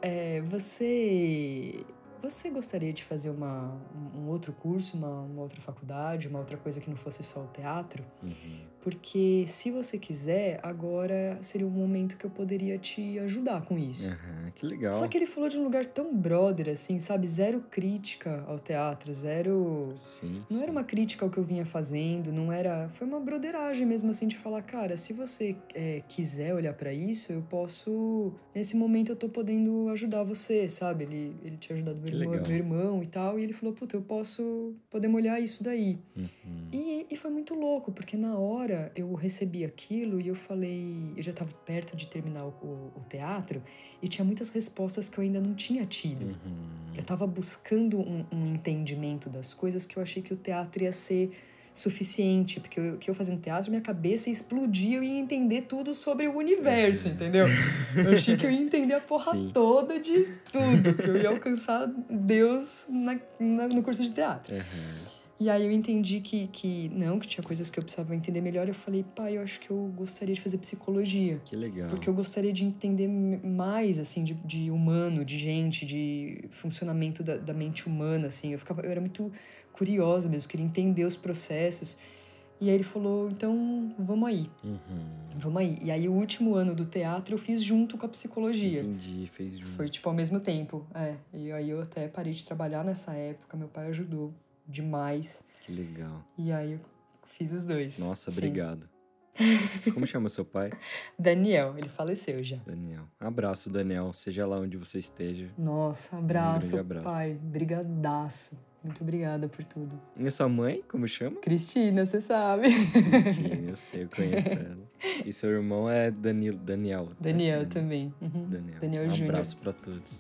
você gostaria de fazer um outro curso, uma outra faculdade, uma outra coisa que não fosse só o teatro? porque se você quiser, agora seria um momento que eu poderia te ajudar com isso. Que legal. Só que ele falou de um lugar tão brother, assim, sabe? Zero crítica ao teatro, zero... Sim, Não era uma crítica ao que eu vinha fazendo, não era... Foi uma broderagem mesmo, assim, de falar, cara, se você quiser olhar pra isso, eu posso... Nesse momento eu tô podendo ajudar você, sabe? Ele tinha ajudado meu irmão e tal, e ele falou, puta, eu posso poder olhar isso daí. E foi muito louco, porque na hora eu recebi aquilo e eu falei... Eu já tava perto de terminar o teatro e tinha muitas respostas que eu ainda não tinha tido. Eu tava buscando um entendimento das coisas que eu achei que o teatro ia ser suficiente, porque eu fazendo teatro, minha cabeça ia explodir, eu ia entender tudo sobre o universo, entendeu? Eu achei que eu ia entender a porra toda de tudo, que eu ia alcançar Deus no curso de teatro. E aí eu entendi que tinha coisas que eu precisava entender melhor. Eu falei, pai, eu acho que eu gostaria de fazer psicologia. Que legal. Porque eu gostaria de entender mais, assim, de humano, de gente, de funcionamento da mente humana, assim. Eu era muito curiosa mesmo, queria entender os processos. E aí ele falou, então, vamos aí. Vamos aí. E aí o último ano do teatro eu fiz junto com a psicologia. Entendi, fez junto. Foi, tipo, ao mesmo tempo. E aí eu até parei de trabalhar nessa época, meu pai ajudou demais. Que legal. E aí eu fiz os dois. Nossa, obrigado. Como chama seu pai? Daniel, ele faleceu já. Daniel. Abraço, Daniel, seja lá onde você esteja. Nossa, abraço, pai. Brigadaço. Muito obrigada por tudo. E a sua mãe, como chama? Cristina, você sabe. Cristina, eu sei, eu conheço ela. E seu irmão é Daniel. Daniel também. Daniel Júnior. Um abraço pra todos.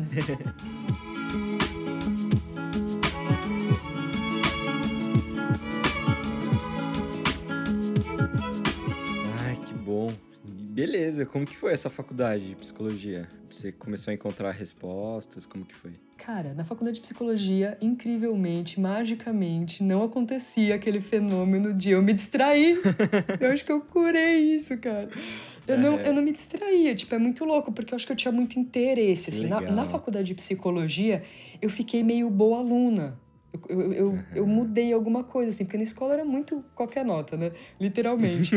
Ai, que bom. Beleza, como que foi essa faculdade de psicologia? Você começou a encontrar respostas? Como que foi? Cara, na faculdade de psicologia, incrivelmente, magicamente, não acontecia aquele fenômeno de eu me distrair. Eu acho que eu curei isso, cara. Eu não me distraía, tipo, é muito louco, porque eu acho que eu tinha muito interesse, assim. Na faculdade de psicologia, eu fiquei meio boa aluna. Eu mudei alguma coisa, assim, porque na escola era muito qualquer nota, né? Literalmente.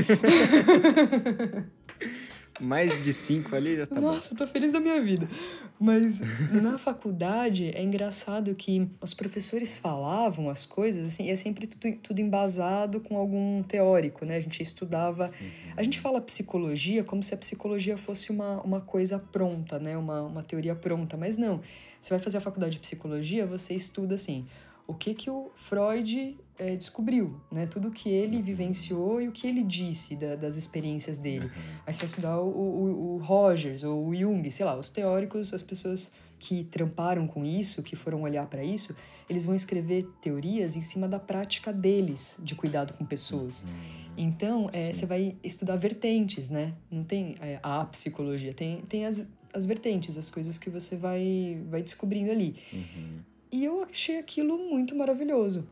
Mais de 5 ali já tá bom. Nossa, eu tô feliz da minha vida. Mas na faculdade é engraçado que os professores falavam as coisas, assim, e é sempre tudo embasado com algum teórico, né? A gente estudava... A gente fala psicologia como se a psicologia fosse uma coisa pronta, né? Uma teoria pronta. Mas não. Você vai fazer a faculdade de psicologia, você estuda, assim... O que o Freud descobriu, né? Tudo que ele vivenciou e o que ele disse das experiências dele. Aí você vai estudar o Rogers ou o Jung, sei lá, os teóricos, as pessoas que tramparam com isso, que foram olhar para isso, eles vão escrever teorias em cima da prática deles de cuidado com pessoas. Então, você vai estudar vertentes, né? Não tem a psicologia, tem as vertentes, as coisas que você vai descobrindo ali. E eu achei aquilo muito maravilhoso.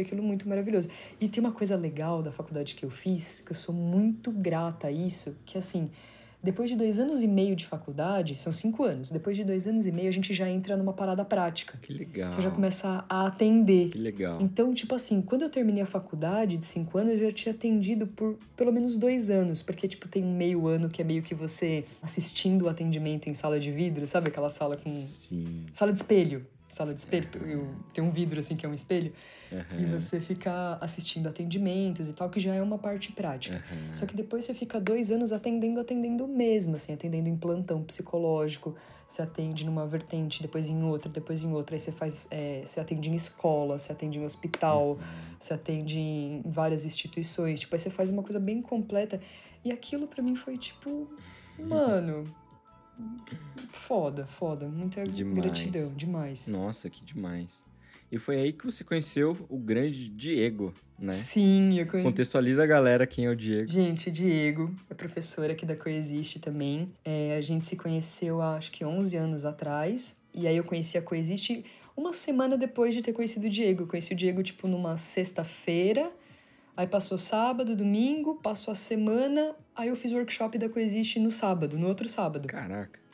E tem uma coisa legal da faculdade que eu fiz, que eu sou muito grata a isso, que assim, depois de 2 anos e meio de faculdade, são 5 anos, depois de 2 anos e meio a gente já entra numa parada prática. Que legal. Você já começa a atender. Que legal. Então, tipo assim, quando eu terminei a faculdade de 5 anos, eu já tinha atendido por pelo menos 2 anos, porque, tipo, tem um meio ano que é meio que você assistindo o atendimento em sala de vidro, sabe? Aquela sala com... Sim. Sala de espelho. Tem um vidro assim que é um espelho, e você fica assistindo atendimentos e tal, que já é uma parte prática. Só que depois você fica 2 anos atendendo mesmo, assim, atendendo em plantão psicológico, você atende numa vertente, depois em outra, aí você atende em escola, você atende em hospital, você atende em várias instituições, tipo, aí você faz uma coisa bem completa, e aquilo pra mim foi tipo, mano... Foda. Muita gratidão, demais. Nossa, que demais. E foi aí que você conheceu o grande Diego, né? Sim, eu conheci. Contextualiza a galera quem é o Diego. Gente, o Diego é professor aqui da Coexiste também. A gente se conheceu há, acho que 11 anos atrás. E aí eu conheci a Coexiste uma semana depois de ter conhecido o Diego. Eu conheci o Diego, tipo, numa sexta-feira. Aí passou sábado, domingo, passou a semana, aí eu fiz o workshop da Coexiste no outro sábado. Caraca.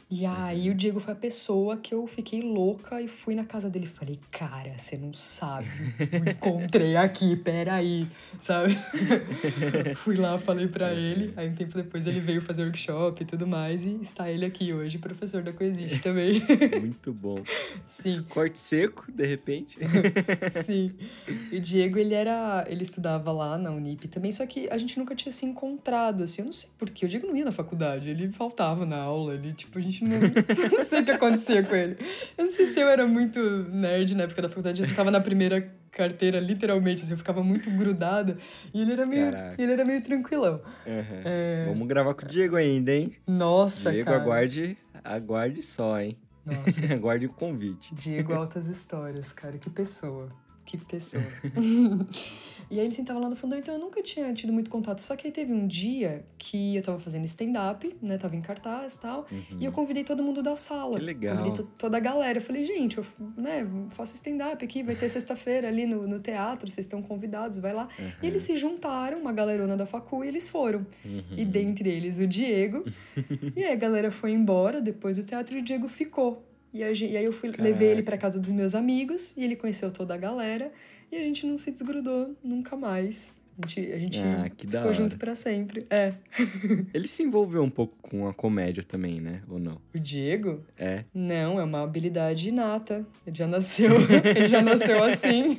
E aí o Diego foi a pessoa que eu fiquei louca e fui na casa dele e falei, cara, você não sabe, eu encontrei aqui, peraí, sabe? Fui lá, falei pra ele, aí um tempo depois ele veio fazer workshop e tudo mais, e está ele aqui hoje, professor da Coexiste também. Muito bom. Sim. Corte seco, de repente. Sim. E o Diego, ele estudava lá na Unip também, só que a gente nunca tinha se encontrado, assim, eu não sei por quê, o Diego não ia na faculdade, ele faltava na aula, ele, tipo, a gente não sei o que acontecia com ele. Eu não sei se eu era muito nerd na época da faculdade, eu tava na primeira carteira, literalmente, assim, eu ficava muito grudada, e Caraca. ele era meio tranquilão. Vamos gravar com o Diego ainda, hein? Nossa, Diego, cara. aguarde só, hein? Nossa. Aguarde o convite. Diego, altas histórias, cara. Que pessoa. Que pessoa. E aí ele tentava lá no fundão, então eu nunca tinha tido muito contato. Só que aí teve um dia que eu tava fazendo stand-up, né? Tava em cartaz e tal. E eu convidei todo mundo da sala. Que legal. Convidei toda a galera. Eu falei, gente, eu né, faço stand-up aqui, vai ter sexta-feira ali no teatro, vocês estão convidados, vai lá. E eles se juntaram, uma galerona da facu, e eles foram. E dentre eles o Diego. E aí a galera foi embora depois do teatro e o Diego ficou. E aí eu levei ele pra casa dos meus amigos e ele conheceu toda a galera e a gente não se desgrudou nunca mais. A gente ficou junto pra sempre. É. Ele se envolveu um pouco com a comédia também, né? Ou não? O Diego? É. Não, é uma habilidade inata. Ele já nasceu, ele já nasceu assim.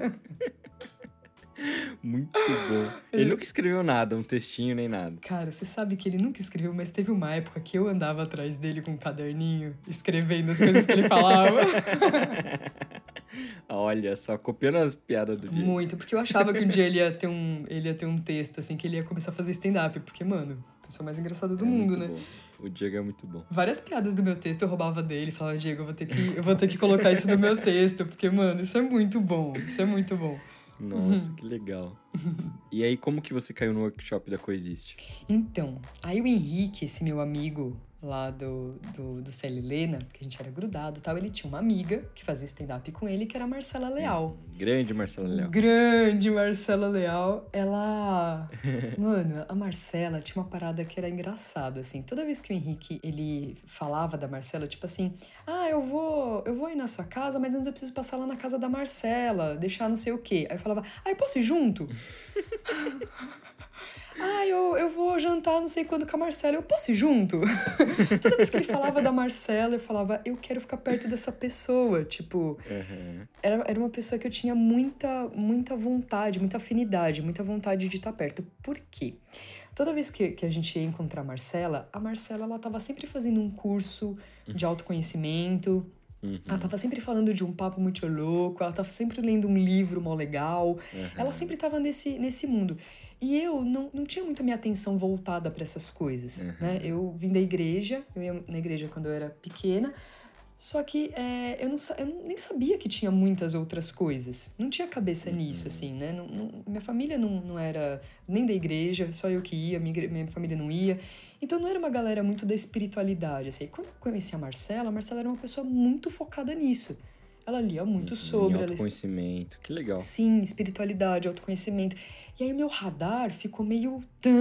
Muito bom. Ele nunca escreveu nada, um textinho nem nada. Cara, você sabe que ele nunca escreveu, mas teve uma época que eu andava atrás dele com um caderninho, escrevendo as coisas que ele falava. Olha, só copiando as piadas do Diego. Muito, porque eu achava que um dia ele ia ter um texto, assim, que ele ia começar a fazer stand-up. Porque, mano, a pessoa mais engraçada do mundo, né? Bom. O Diego é muito bom. Várias piadas do meu texto eu roubava dele. Falava, Diego, eu vou ter que colocar isso no meu texto. Porque, mano, isso é muito bom. Isso é muito bom. Nossa, que legal. E aí, como que você caiu no workshop da Coexiste? Então, aí o Henrique, esse meu amigo lá do Célia Helena, que a gente era grudado e tal, ele tinha uma amiga que fazia stand-up com ele, que era a Marcela Leal. Grande Marcela Leal. Grande Marcela Leal. Ela... Mano, a Marcela tinha uma parada que era engraçada, assim. Toda vez que o Henrique, ele falava da Marcela, tipo assim... Ah, eu vou ir na sua casa, mas antes eu preciso passar lá na casa da Marcela, deixar não sei o quê. Aí eu falava, eu posso ir junto? Eu vou jantar não sei quando com a Marcela, eu posso ir junto? Toda vez que ele falava da Marcela, eu falava, eu quero ficar perto dessa pessoa. Tipo, era uma pessoa que eu tinha muita vontade, muita afinidade, muita vontade de estar perto. Por quê? Toda vez que a gente ia encontrar a Marcela, ela tava sempre fazendo um curso de autoconhecimento. Ela tava sempre falando de um papo muito louco, ela tava sempre lendo um livro mó legal. Ela sempre tava nesse mundo. E eu não tinha muito a minha atenção voltada para essas coisas, né? Eu vim da igreja, eu ia na igreja quando eu era pequena, só que eu nem sabia que tinha muitas outras coisas. Não tinha cabeça nisso, assim, né? Minha família não era nem da igreja, só eu que ia, minha família não ia. Então não era uma galera muito da espiritualidade, assim. Quando eu conheci a Marcela era uma pessoa muito focada nisso. Ela lia muito sobre... Autoconhecimento, que legal. Sim, espiritualidade, autoconhecimento. E aí o meu radar ficou meio...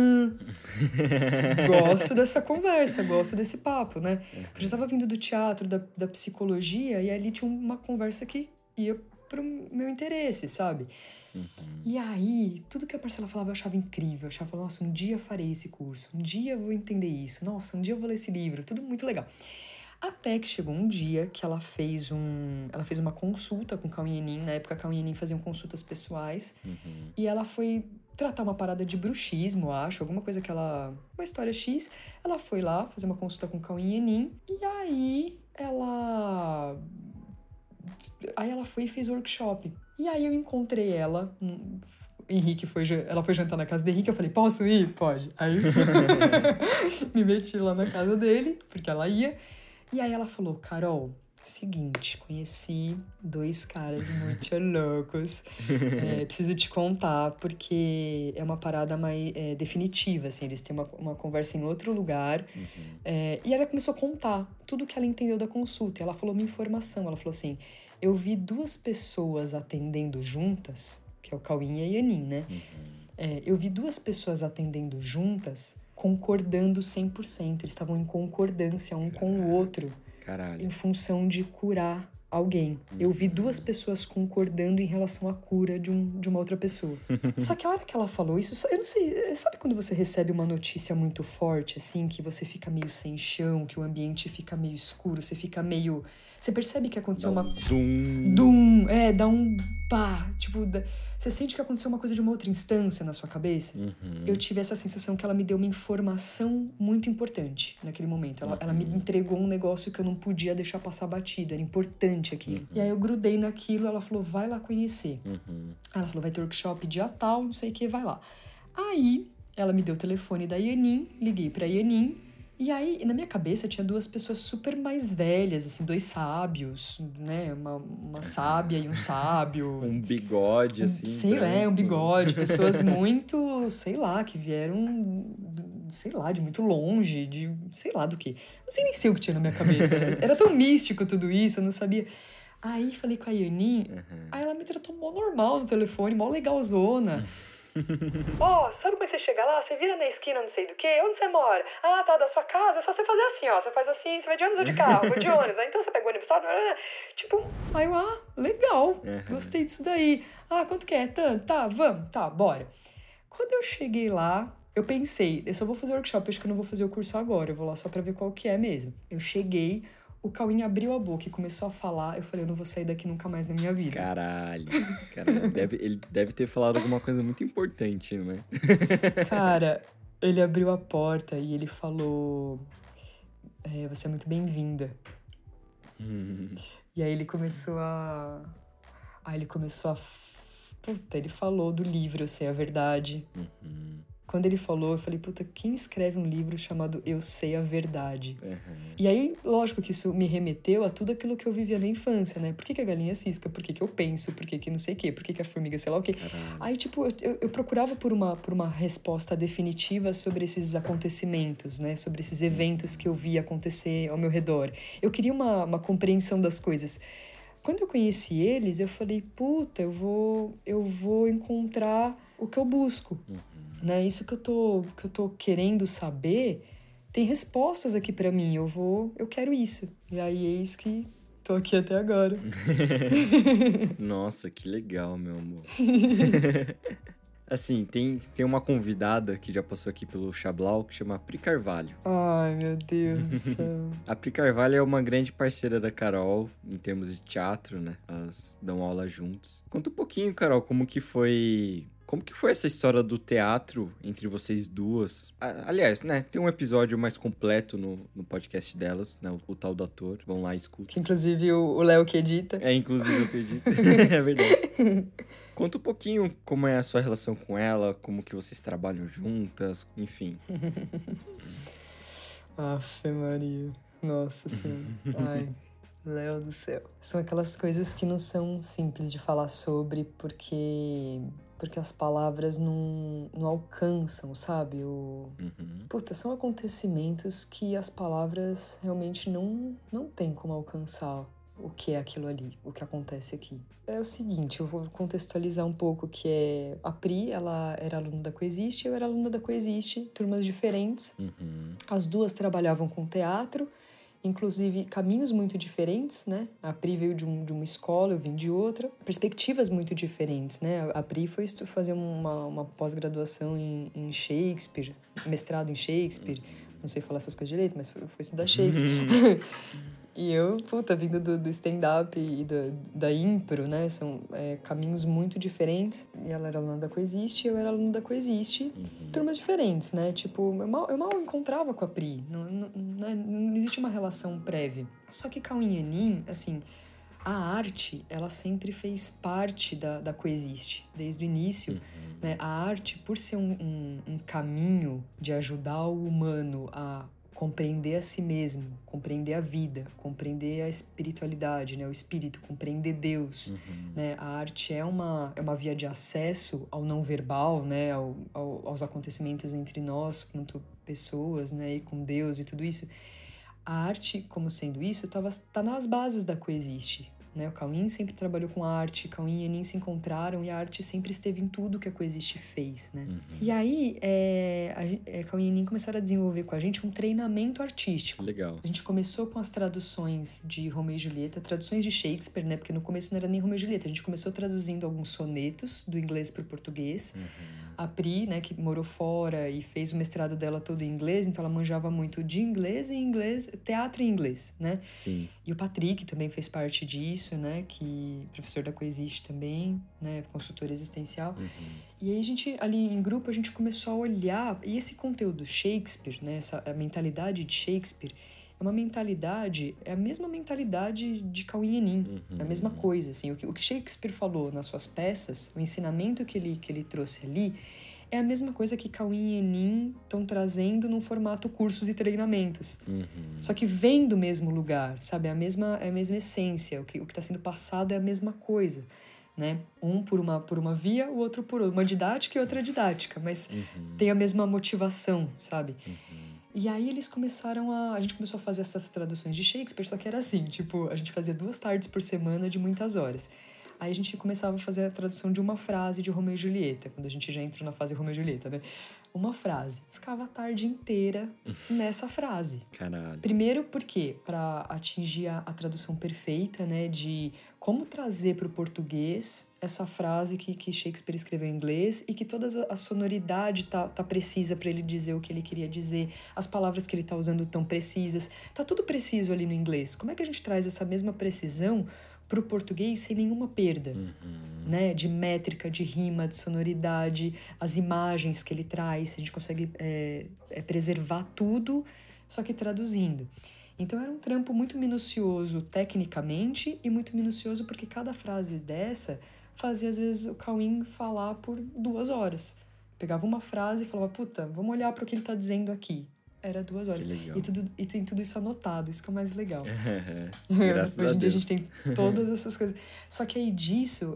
Gosto dessa conversa, gosto desse papo, né? Eu já tava vindo do teatro, da psicologia, e ali tinha uma conversa que ia pro meu interesse, sabe? E aí, tudo que a Marcela falava eu achava incrível. Eu achava, nossa, um dia eu farei esse curso, um dia eu vou entender isso, nossa, um dia eu vou ler esse livro, tudo muito legal. Até que chegou um dia que ela fez uma consulta com o Cauê Enin. Na época, a Cauê Enin faziam consultas pessoais. E ela foi tratar uma parada de bruxismo, eu acho. Alguma coisa que ela... Uma história X. Ela foi lá fazer uma consulta com o Cauê Enin. E aí, ela foi e fez workshop. E aí, eu encontrei ela... ela foi jantar na casa do Henrique, eu falei, posso ir? Pode. Aí, me meti lá na casa dele, porque ela ia... E aí ela falou, Carol, seguinte, conheci 2 caras muito loucos. Preciso te contar, porque é uma parada mais definitiva, assim. Eles têm uma conversa em outro lugar. E ela começou a contar tudo que ela entendeu da consulta. Ela falou uma informação, ela falou assim, eu vi 2 pessoas atendendo juntas, que é o Cauim e a Yanin, né? Eu vi 2 pessoas atendendo juntas concordando 100%. Eles estavam em concordância um com o outro. Caralho. Em função de curar alguém. Eu vi 2 pessoas concordando em relação à cura de uma outra pessoa. Só que a hora que ela falou isso, eu não sei, sabe quando você recebe uma notícia muito forte, assim, que você fica meio sem chão, que o ambiente fica meio escuro, você fica meio... Você percebe que aconteceu uma... Dum! Dá um pá! Tipo, você sente que aconteceu uma coisa de uma outra instância na sua cabeça. Eu tive essa sensação que ela me deu uma informação muito importante naquele momento. Ela me entregou um negócio que eu não podia deixar passar batido. Era importante aquilo. E aí eu grudei naquilo, ela falou, vai lá conhecer. Ela falou, vai ter workshop dia tal, não sei o que, vai lá. Aí, ela me deu o telefone da Yanin, liguei pra Yanin. E aí, na minha cabeça, tinha 2 pessoas super mais velhas, assim, 2 sábios, né? Uma sábia e um sábio. Um bigode, assim. Sei lá, um bigode. Pessoas muito, sei lá, que vieram, sei lá, de muito longe, de sei lá do que. Não sei nem sei o que tinha na minha cabeça. Era tão místico tudo isso, eu não sabia. Aí, falei com a Yanin, aí ela me tratou mó normal no telefone, mó legalzona. Sabe como é que você chega lá? Você vira na esquina, não sei do que. Onde você mora? Ah, tá, da sua casa. É só você fazer assim, ó. Você faz assim, você vai de ônibus ou de carro? Vou de ônibus. Então você pega o ônibus, tá? Tipo, aí eu, legal. Gostei disso daí. Quanto que é? Tá, vamos. Tá, bora. Quando eu cheguei lá, eu pensei, eu só vou fazer o workshop, acho que eu não vou fazer o curso agora. Eu vou lá só pra ver qual que é mesmo. Eu cheguei... O Cauim abriu a boca e começou a falar. Eu falei, eu não vou sair daqui nunca mais na minha vida. Caralho. Ele deve ter falado alguma coisa muito importante, né? Cara, ele abriu a porta e ele falou... você é muito bem-vinda. E aí ele começou a... Puta, ele falou do livro Eu Sei a Verdade. Quando ele falou, eu falei, puta, quem escreve um livro chamado Eu Sei a Verdade? E aí, lógico que isso me remeteu a tudo aquilo que eu vivia na infância, né? Por que a galinha cisca? Por que eu penso? Por que não sei o quê? Por que a formiga sei lá o quê? Caralho. Aí, tipo, eu procurava por uma resposta definitiva sobre esses acontecimentos, né? Sobre esses eventos que eu via acontecer ao meu redor. Eu queria uma compreensão das coisas. Quando eu conheci eles, eu falei, puta, eu vou encontrar o que eu busco. Né? Isso que eu tô querendo saber, tem respostas aqui pra mim, eu quero isso. E aí, eis que tô aqui até agora. Nossa, que legal, meu amor. Assim, tem uma convidada que já passou aqui pelo Chablau, que chama Pri Carvalho. Ai, meu Deus do céu. A Pri Carvalho é uma grande parceira da Carol, em termos de teatro, né? Elas dão aula juntos. Conta um pouquinho, Carol, como que foi essa história do teatro entre vocês duas? Aliás, né, tem um episódio mais completo no podcast delas, né, o tal do ator. Vão lá e escutam. Que inclusive o Léo que edita. Inclusive eu acredito. É verdade. Conta um pouquinho como é a sua relação com ela, como que vocês trabalham juntas, enfim. Afe Maria. Nossa Senhora. Ai, Léo do céu. São aquelas coisas que não são simples de falar sobre, porque as palavras não alcançam, sabe? Puta, são acontecimentos que as palavras realmente não tem como alcançar o que é aquilo ali, o que acontece aqui. É o seguinte, eu vou contextualizar um pouco, que é... A Pri, ela era aluna da Coexiste, eu era aluna da Coexiste, turmas diferentes. As duas trabalhavam com teatro, inclusive caminhos muito diferentes, né? A Pri veio de uma escola, eu vim de outra. Perspectivas muito diferentes, né? A Pri foi fazer uma pós-graduação em Shakespeare, mestrado em Shakespeare. Não sei falar essas coisas direito, mas foi estudar Shakespeare. E eu, puta, vindo do stand-up e da impro, né? São caminhos muito diferentes. E ela era aluna da Coexiste e eu era aluna da Coexiste. Turmas diferentes, né? Tipo, eu mal encontrava com a Pri. Não existe uma relação prévia. Só que Cauim e Yanin, assim, a arte, ela sempre fez parte da Coexiste. Desde o início, né? A arte, por ser um caminho de ajudar o humano a compreender a si mesmo, compreender a vida, compreender a espiritualidade, né? O espírito, compreender Deus. Né? A arte é uma via de acesso ao não verbal, né? Aos acontecimentos entre nós, quanto pessoas, né? E com Deus e tudo isso. A arte, como sendo isso, tá nas bases da Coexiste. né? O Cauim sempre trabalhou com arte, Cauim e Enim se encontraram e a arte sempre esteve em tudo que a Coexiste fez, né? E aí, Cauim e Enim começaram a desenvolver com a gente um treinamento artístico. Legal. A gente começou com as traduções de Romeu e Julieta, traduções de Shakespeare, né? Porque no começo não era nem Romeu e Julieta, a gente começou traduzindo alguns sonetos do inglês para o português. A Pri, né, que morou fora e fez o mestrado dela todo em inglês, então ela manjava muito de inglês e inglês, teatro em inglês, né? Sim. E o Patrick também fez parte disso, né? Que professor da Coexiste também, né? Consultor existencial. E aí a gente, ali em grupo, a gente começou a olhar, e esse conteúdo Shakespeare, né? A mentalidade de Shakespeare, é a mesma mentalidade de Cauim e Enim, é a mesma coisa, assim, o que Shakespeare falou nas suas peças, o ensinamento que ele trouxe ali, é a mesma coisa que Cauim e Enim estão trazendo num formato cursos e treinamentos. Só que vem do mesmo lugar, sabe? É a mesma essência, o que está sendo passado é a mesma coisa, né? Um por uma via, o outro por outra. Uma didática e outra didática, mas tem a mesma motivação, sabe? E aí eles começaram a gente começou a fazer essas traduções de Shakespeare, só que era assim, tipo, a gente fazia 2 tardes por semana de muitas horas. Aí a gente começava a fazer a tradução de uma frase de Romeu e Julieta, quando a gente já entrou na fase Romeu e Julieta, né? Uma frase. Ficava a tarde inteira nessa frase. Caralho. Primeiro porque, para atingir a tradução perfeita, né, de como trazer para o português essa frase que Shakespeare escreveu em inglês e que toda a sonoridade tá precisa para ele dizer o que ele queria dizer, as palavras que ele tá usando tão precisas, tá tudo preciso ali no inglês. Como é que a gente traz essa mesma precisão para o português sem nenhuma perda, né? De métrica, de rima, de sonoridade, as imagens que ele traz, a gente consegue preservar tudo, só que traduzindo. Então era um trampo muito minucioso tecnicamente e muito minucioso porque cada frase dessa fazia às vezes o Cauim falar por 2 horas. Pegava uma frase e falava, puta, vamos olhar para o que ele tá dizendo aqui. Era 2 horas. E tem tudo isso anotado, isso que é o mais legal. Graças a Hoje em dia Deus. a gente tem todas essas coisas. Só que aí disso,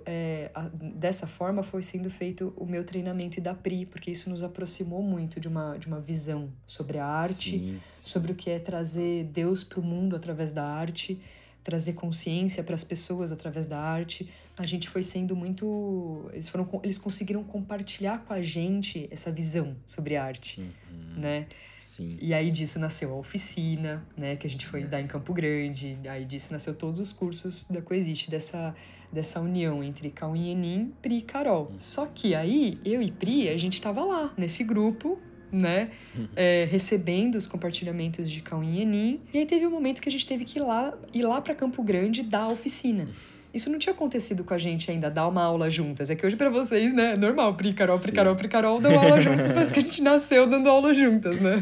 dessa forma, foi sendo feito o meu treinamento e da Pri, porque isso nos aproximou muito de uma visão sobre a arte, sobre o que é trazer Deus para o mundo através da arte, trazer consciência para as pessoas através da arte. A gente foi sendo muito... Eles conseguiram compartilhar com a gente essa visão sobre arte, né? Sim. E aí disso nasceu a oficina, né? Que a gente foi dar em Campo Grande. Aí disso nasceu todos os cursos da Coexiste, dessa união entre Cauim e Enim, Pri e Carol. Só que aí, eu e Pri, a gente tava lá, nesse grupo, né? Recebendo os compartilhamentos de Cauim e Enim. E aí teve um momento que a gente teve que ir lá para Campo Grande dar a oficina. Isso não tinha acontecido com a gente ainda, dar uma aula juntas. É que hoje pra vocês, né, é normal. Pri, Carol, dão aula juntas. Parece que a gente nasceu dando aula juntas, né?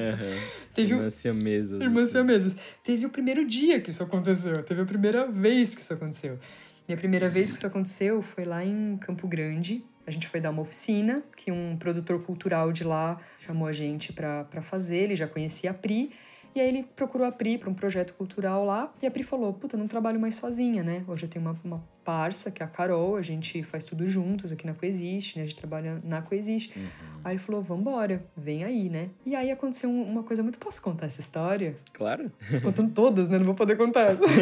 Irmãs siamesas. Irmãs siamesas. Teve o primeiro dia que isso aconteceu. Teve a primeira vez que isso aconteceu. E a primeira vez que isso aconteceu foi lá em Campo Grande. A gente foi dar uma oficina, que um produtor cultural de lá chamou a gente pra fazer. Ele já conhecia a Pri. E aí ele procurou a Pri para um projeto cultural lá. E a Pri falou, puta, não trabalho mais sozinha, né? Hoje eu tenho uma parça, que é a Carol. A gente faz tudo juntos aqui na Coexiste, né? A gente trabalha na Coexiste. Aí ele falou, vambora, vem aí, né? E aí aconteceu uma coisa muito... Posso contar essa história? Claro. Tô contando todas, né? Não vou poder contar essa.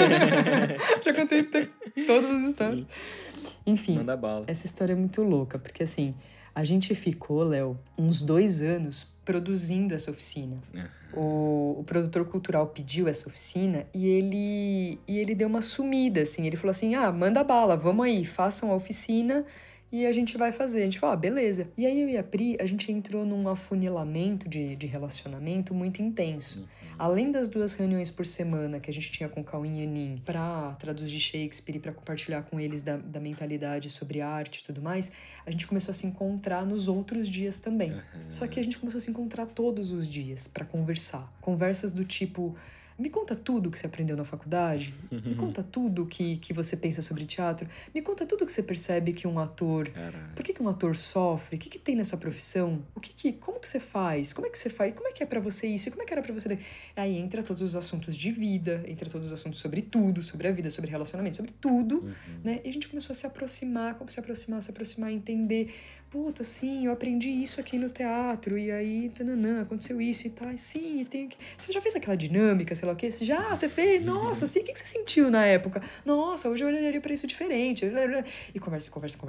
Já contei todas as histórias. Enfim, manda bala. Essa história é muito louca. Porque assim, a gente ficou, Léo, uns 2 anos produzindo essa oficina. O produtor cultural pediu essa oficina e ele deu uma sumida, assim. Ele falou assim, manda bala, vamos aí, façam a oficina e a gente vai fazer. A gente falou, beleza. E aí eu e a Pri, a gente entrou num afunilamento de relacionamento muito intenso. Além das 2 reuniões por semana que a gente tinha com Cauim e Enim pra traduzir Shakespeare e pra compartilhar com eles da mentalidade sobre arte e tudo mais, a gente começou a se encontrar nos outros dias também. Só que a gente começou a se encontrar todos os dias pra conversar. Conversas do tipo... Me conta tudo que você aprendeu na faculdade. Me conta tudo que você pensa sobre teatro. Me conta tudo que você percebe que um ator... Caralho. Por que um ator sofre? O que tem nessa profissão? Como que você faz? Como é que você faz? Como é que é pra você isso? E como é que era pra você... Aí entra todos os assuntos de vida, entra todos os assuntos sobre tudo, sobre a vida, sobre relacionamento, sobre tudo, né? E a gente começou a se aproximar, se aproximar, entender... puta, sim, eu aprendi isso aqui no teatro, e aí, tananã, aconteceu isso e tal, e sim, e tem que... Você já fez aquela dinâmica, sei lá o quê? Você fez? Nossa, sim, o que você sentiu na época? Nossa, hoje eu olharia pra isso diferente. E conversa,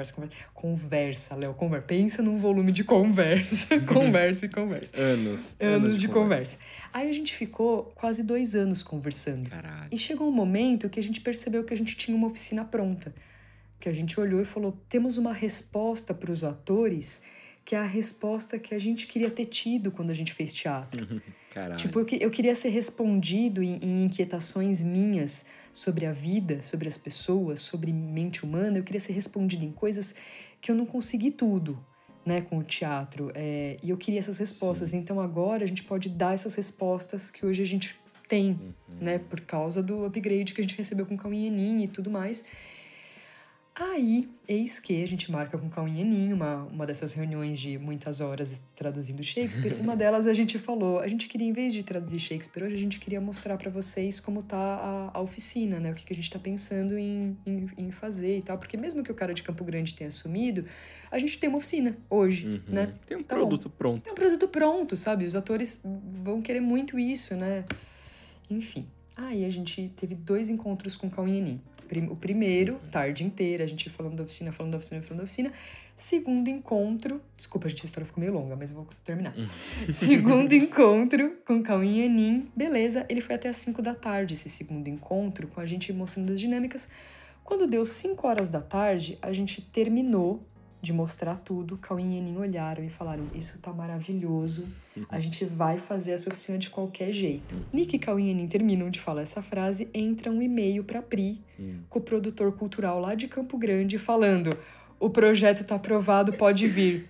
Léo, conversa. Pensa num volume de conversa, conversa e conversa. Anos de conversa. Aí a gente ficou quase 2 anos conversando. Caralho. E chegou um momento que a gente percebeu que a gente tinha uma oficina pronta. Que a gente olhou e falou, temos uma resposta para os atores, que é a resposta que a gente queria ter tido quando a gente fez teatro. Caralho. Tipo, eu queria ser respondido em inquietações minhas sobre a vida, sobre as pessoas, sobre mente humana. Eu queria ser respondido em coisas que eu não consegui tudo, né, com o teatro. E eu queria essas respostas. Sim. Então agora a gente pode dar essas respostas que hoje a gente tem, né, por causa do upgrade que a gente recebeu com o Cauim Enim e tudo mais. Aí, eis que a gente marca com o Cauim Enim uma dessas reuniões de muitas horas traduzindo Shakespeare. Uma delas a gente falou, a gente queria, em vez de traduzir Shakespeare hoje, a gente queria mostrar pra vocês como tá a oficina, né? O que a gente tá pensando em fazer e tal. Porque mesmo que o cara de Campo Grande tenha assumido, a gente tem uma oficina hoje, né? Tem um produto pronto. Tem um produto pronto, sabe? Os atores vão querer muito isso, né? Enfim. Aí a gente teve 2 encontros com o Cauim Enim. O primeiro, tarde inteira, a gente falando da oficina. Segundo encontro... Desculpa, gente, a história ficou meio longa, mas eu vou terminar. Segundo encontro com o Cauim Enim. Beleza, ele foi até às 5 da tarde, esse segundo encontro, com a gente mostrando as dinâmicas. Quando deu 5 horas da tarde, a gente terminou de mostrar tudo. Cauim e Enim olharam e falaram, isso tá maravilhoso, a gente vai fazer essa oficina de qualquer jeito. Nick e Cauim e Enim terminam de falar essa frase, entra um e-mail pra Pri, com o produtor cultural lá de Campo Grande, falando, o projeto tá aprovado, pode vir.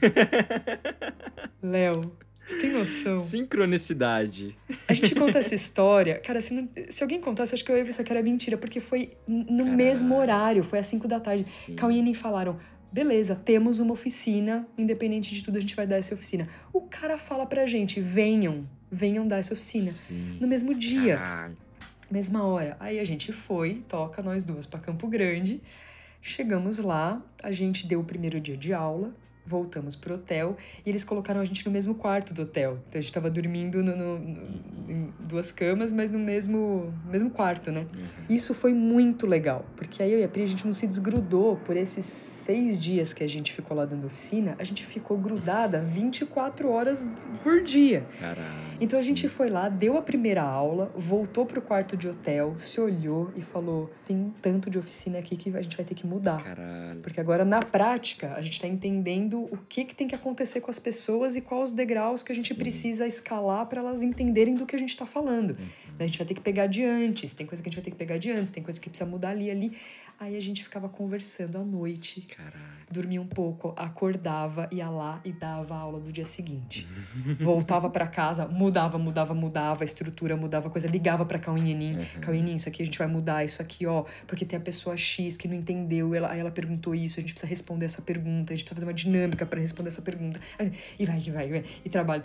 Léo, você tem noção? Sincronicidade. A gente conta essa história, cara, se alguém contasse, acho que eu ia pensar que era mentira, porque foi no mesmo horário, foi às 5 da tarde. Cauim e Enim falaram, beleza, temos uma oficina, independente de tudo, a gente vai dar essa oficina. O cara fala pra gente, venham dar essa oficina. Sim. No mesmo dia, Caralho. mesma hora. Aí a gente foi, toca nós duas pra Campo Grande, chegamos lá, a gente deu o primeiro dia de aula, voltamos pro hotel e eles colocaram a gente no mesmo quarto do hotel. Então a gente tava dormindo em 2 camas, mas no mesmo quarto, né? Isso foi muito legal, porque aí eu e a Pri, a gente não se desgrudou por esses 6 dias que a gente ficou lá dando oficina, a gente ficou grudada 24 horas por dia. Caralho. Então a gente foi lá, deu a primeira aula, voltou pro quarto de hotel, se olhou e falou, tem um tanto de oficina aqui que a gente vai ter que mudar. Caralho. Porque agora, na prática, a gente tá entendendo o que tem que acontecer com as pessoas e quais os degraus que a gente precisa escalar para elas entenderem do que a gente tá falando. A gente vai ter que pegar de antes, tem coisa que a gente vai ter que pegar de antes, tem coisa que precisa mudar ali. Aí a gente ficava conversando à noite, dormia um pouco, acordava, ia lá e dava a aula do dia seguinte. Voltava para casa, mudava a estrutura, mudava a coisa, ligava pra Cauim Enim. Cauim Enim, isso aqui a gente vai mudar, isso aqui, ó, porque tem a pessoa X que não entendeu, aí ela perguntou isso, a gente precisa responder essa pergunta, a gente precisa fazer uma dinâmica para responder essa pergunta. E vai, e trabalho.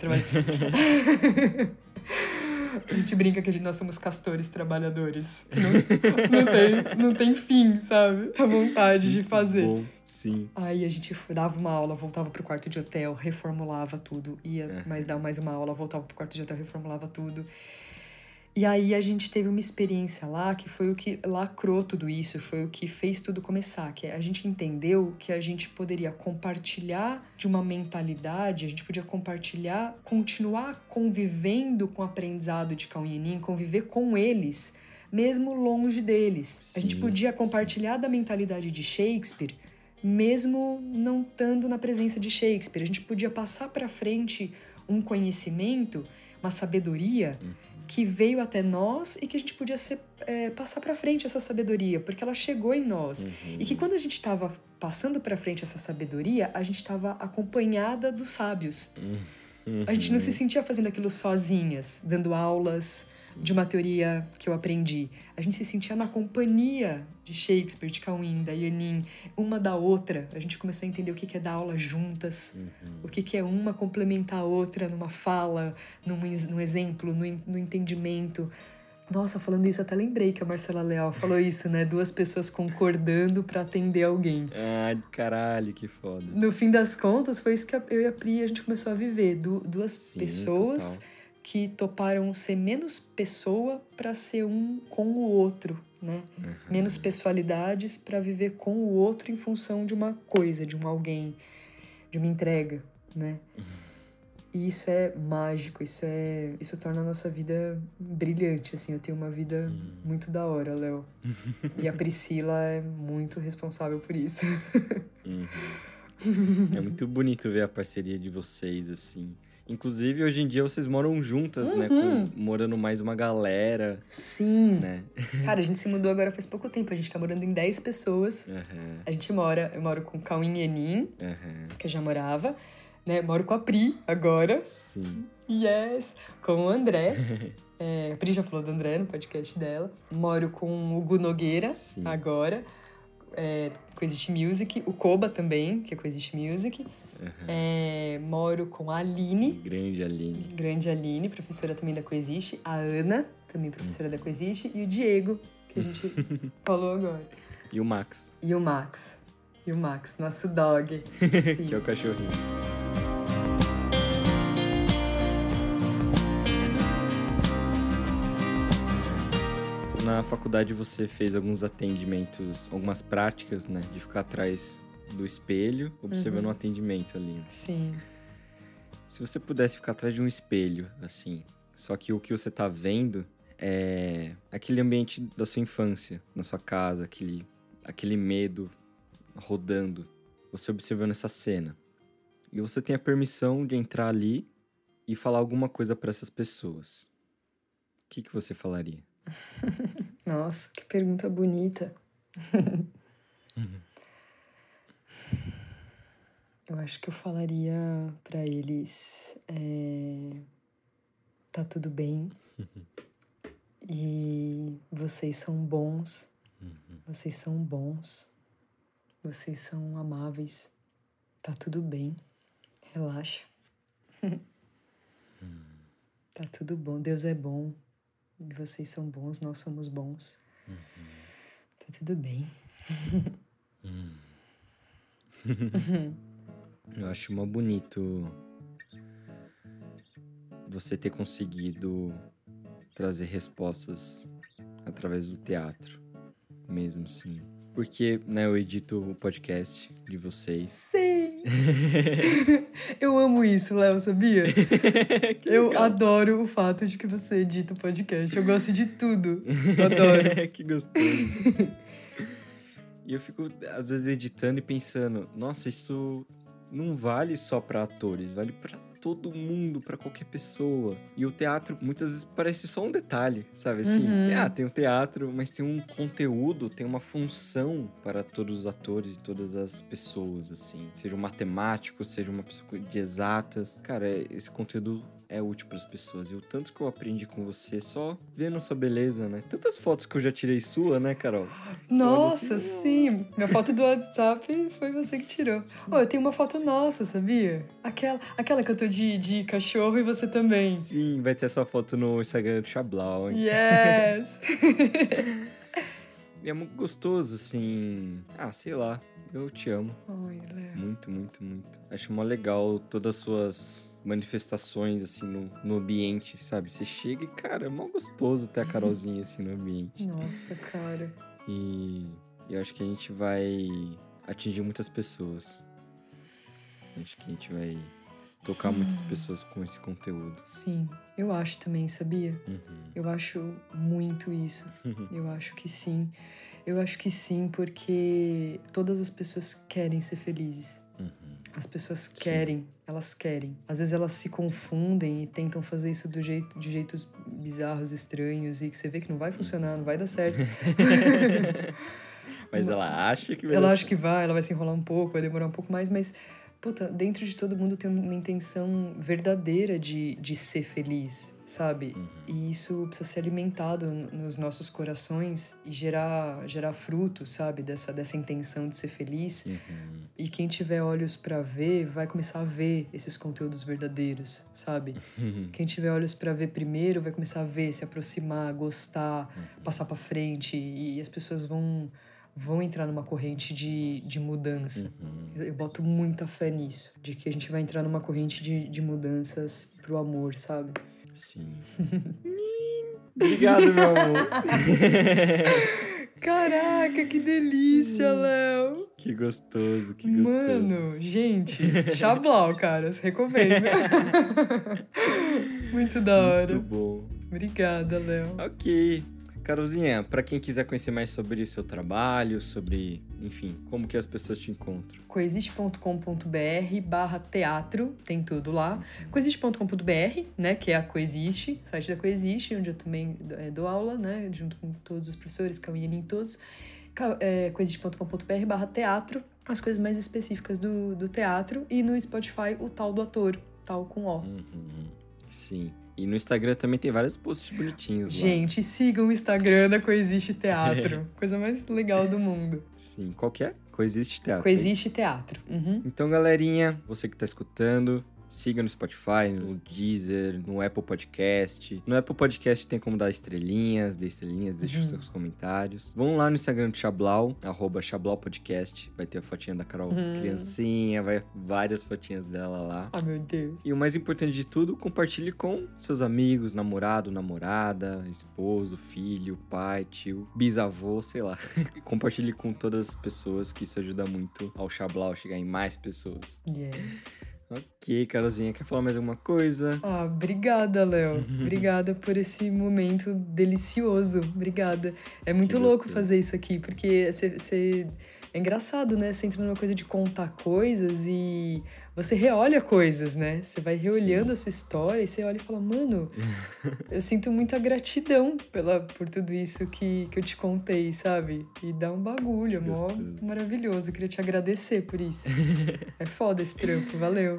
A gente brinca que nós somos castores trabalhadores. Não tem fim, sabe? A vontade de fazer. Bom, sim. Aí a gente dava uma aula, voltava pro quarto de hotel, reformulava tudo. Ia dar mais uma aula, voltava pro quarto de hotel, reformulava tudo. E aí a gente teve uma experiência lá que foi o que lacrou tudo isso, foi o que fez tudo começar, que a gente entendeu que a gente poderia compartilhar de uma mentalidade, a gente podia compartilhar, continuar convivendo com o aprendizado de Cauim Enim, conviver com eles, mesmo longe deles. A gente podia compartilhar da mentalidade de Shakespeare, mesmo não estando na presença de Shakespeare. A gente podia passar para frente um conhecimento, uma sabedoria que veio até nós e que a gente podia passar para frente essa sabedoria, porque ela chegou em nós. E que quando a gente estava passando para frente essa sabedoria, a gente estava acompanhada dos sábios. A gente não se sentia fazendo aquilo sozinhas, dando aulas de uma teoria que eu aprendi. A gente se sentia na companhia de Shakespeare, de Cauim, da Enim, uma da outra. A gente começou a entender o que é dar aula juntas, o que é uma complementar a outra numa fala, num exemplo, no entendimento. Nossa, falando isso, até lembrei que a Marcela Leal falou isso, né? 2 pessoas concordando pra atender alguém. Ah, caralho, que foda. No fim das contas, foi isso que eu e a Pri, a gente começou a viver. Duas Sim, pessoas total. que toparam ser menos pessoa pra ser um com o outro, né? Menos pessoalidades pra viver com o outro em função de uma coisa, de um alguém, de uma entrega, né? E isso é mágico, isso torna a nossa vida brilhante, assim. Eu tenho uma vida muito da hora, Léo. E a Priscila é muito responsável por isso. É muito bonito ver a parceria de vocês, assim. Inclusive, hoje em dia, vocês moram juntas, né? Morando mais uma galera, Sim. né? Cara, a gente se mudou agora faz pouco tempo. A gente tá morando em 10 pessoas. Eu moro com o Cauim e Enin, que eu já morava, né? Moro com a Pri agora. Sim. Yes! Com o André. A Pri já falou do André no podcast dela. Moro com o Gu Nogueira agora. Coexiste Music. O Koba também, que é Coexiste Music. Moro com a Aline. Grande Aline, professora também da Coexiste. A Ana, também professora da Coexiste. E o Diego, que a gente falou agora. E o Max. E o Max, nosso dog. Que é o cachorrinho. Na faculdade você fez alguns atendimentos, algumas práticas, né? De ficar atrás do espelho, observando um atendimento ali. Sim. Se você pudesse ficar atrás de um espelho, assim, só que o que você tá vendo é aquele ambiente da sua infância, na sua casa, aquele medo rodando, você observando essa cena. E você tem a permissão de entrar ali e falar alguma coisa para essas pessoas. O que você falaria? Nossa, que pergunta bonita. Eu acho que eu falaria pra eles: tá tudo bem. E vocês são bons. Vocês são bons. Vocês são amáveis. Tá tudo bem. Relaxa. Tá tudo bom. Deus é bom. E vocês são bons, nós somos bons. Tá tudo bem. Eu acho mó bonito você ter conseguido trazer respostas através do teatro, mesmo assim. Porque, né, eu edito o podcast de vocês. Sim! Eu amo isso, Léo, sabia? Eu adoro o fato de que você edita o podcast. Eu gosto de tudo. Eu adoro. Que gostoso. E eu fico, às vezes, editando e pensando, nossa, isso não vale só pra atores, vale pra todo mundo, pra qualquer pessoa. E o teatro, muitas vezes, parece só um detalhe, sabe? Assim, tem um teatro, mas tem um conteúdo, tem uma função para todos os atores e todas as pessoas, assim. Seja um matemático, seja uma pessoa de exatas. Cara, esse conteúdo é útil para as pessoas. E o tanto que eu aprendi com você só vendo sua beleza, né? Tantas fotos que eu já tirei sua, né, Carol? Nossa, assim, sim. nossa. Minha foto do WhatsApp foi você que tirou. Eu tenho uma foto nossa, sabia? Aquela que eu tô de cachorro e você também. Sim, vai ter essa foto no Instagram do Chablau, hein? Yes! E é muito gostoso, assim... sei lá. Eu te amo. Ai, Léo. Muito, muito, muito. Acho mó legal todas as suas manifestações, assim, no ambiente, sabe? Você chega e, cara, é mó gostoso ter a Carolzinha, assim, no ambiente. Nossa, cara. E eu acho que a gente vai atingir muitas pessoas. Acho que a gente vai tocar muitas pessoas com esse conteúdo. Sim, eu acho também, sabia? Eu acho muito isso. Eu acho que sim. Eu acho que sim, porque todas as pessoas querem ser felizes. As pessoas querem, elas querem. Às vezes elas se confundem e tentam fazer isso de jeitos bizarros, estranhos, e que você vê que não vai funcionar, não vai dar certo. Mas ela acha que vai Ela dar acha certo. que ela vai se enrolar um pouco, vai demorar um pouco mais, mas, puta, dentro de todo mundo tem uma intenção verdadeira de ser feliz, sabe? E isso precisa ser alimentado nos nossos corações e gerar fruto, sabe? Dessa intenção de ser feliz. E quem tiver olhos pra ver, vai começar a ver esses conteúdos verdadeiros, sabe? Quem tiver olhos pra ver primeiro, vai começar a ver, se aproximar, gostar, passar pra frente. E as pessoas vão entrar numa corrente de mudança. Eu boto muita fé nisso. De que a gente vai entrar numa corrente de mudanças pro amor, sabe? Sim. Obrigado, meu amor. Caraca, que delícia, Léo. Que gostoso, que gostoso. Mano, gente, Xablau, cara, se recomendo. Muito da hora. Muito bom. Obrigada, Léo. Ok. Carolzinha, pra quem quiser conhecer mais sobre o seu trabalho, sobre, enfim, como que as pessoas te encontram? Coexiste.com.br/teatro, tem tudo lá. Coexiste.com.br, né, que é a Coexiste, site da Coexiste, onde eu também dou aula, né, junto com todos os professores, Cauine, todos. Coexiste.com.br/teatro, as coisas mais específicas do teatro. E no Spotify, o tal do ator, tal com O. Sim. E no Instagram também tem vários posts bonitinhos lá. Gente, sigam o Instagram da Coexiste Teatro. Coisa mais legal do mundo. Sim. Qual que é? Coexiste Teatro. Coexiste Teatro. Então, galerinha, você que tá escutando, siga no Spotify, no Deezer, no Apple Podcast. No Apple Podcast tem como dar estrelinhas, deixe os seus comentários. Vão lá no Instagram do Xablau, @XablauPodcast. Vai ter a fotinha da Carol criancinha, vai várias fotinhas dela lá. Oh, meu Deus. E o mais importante de tudo, compartilhe com seus amigos, namorado, namorada, esposo, filho, pai, tio, bisavô, sei lá. Compartilhe com todas as pessoas, que isso ajuda muito ao Xablau chegar em mais pessoas. Yes. Ok, Carolzinha, quer falar mais alguma coisa? Obrigada, Léo. Obrigada por esse momento delicioso. Obrigada. É muito louco fazer isso aqui, porque é engraçado, né? Você entra numa coisa de contar coisas e você reolha coisas, né? Você vai reolhando a sua história e você olha e fala, mano, eu sinto muita gratidão por tudo isso que eu te contei, sabe? E dá um bagulho, mó maravilhoso. Eu queria te agradecer por isso. É foda esse trampo, valeu.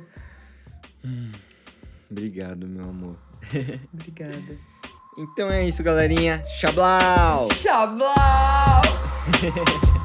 Obrigado, meu amor. Obrigada. Então é isso, galerinha. Xablau! Xablau!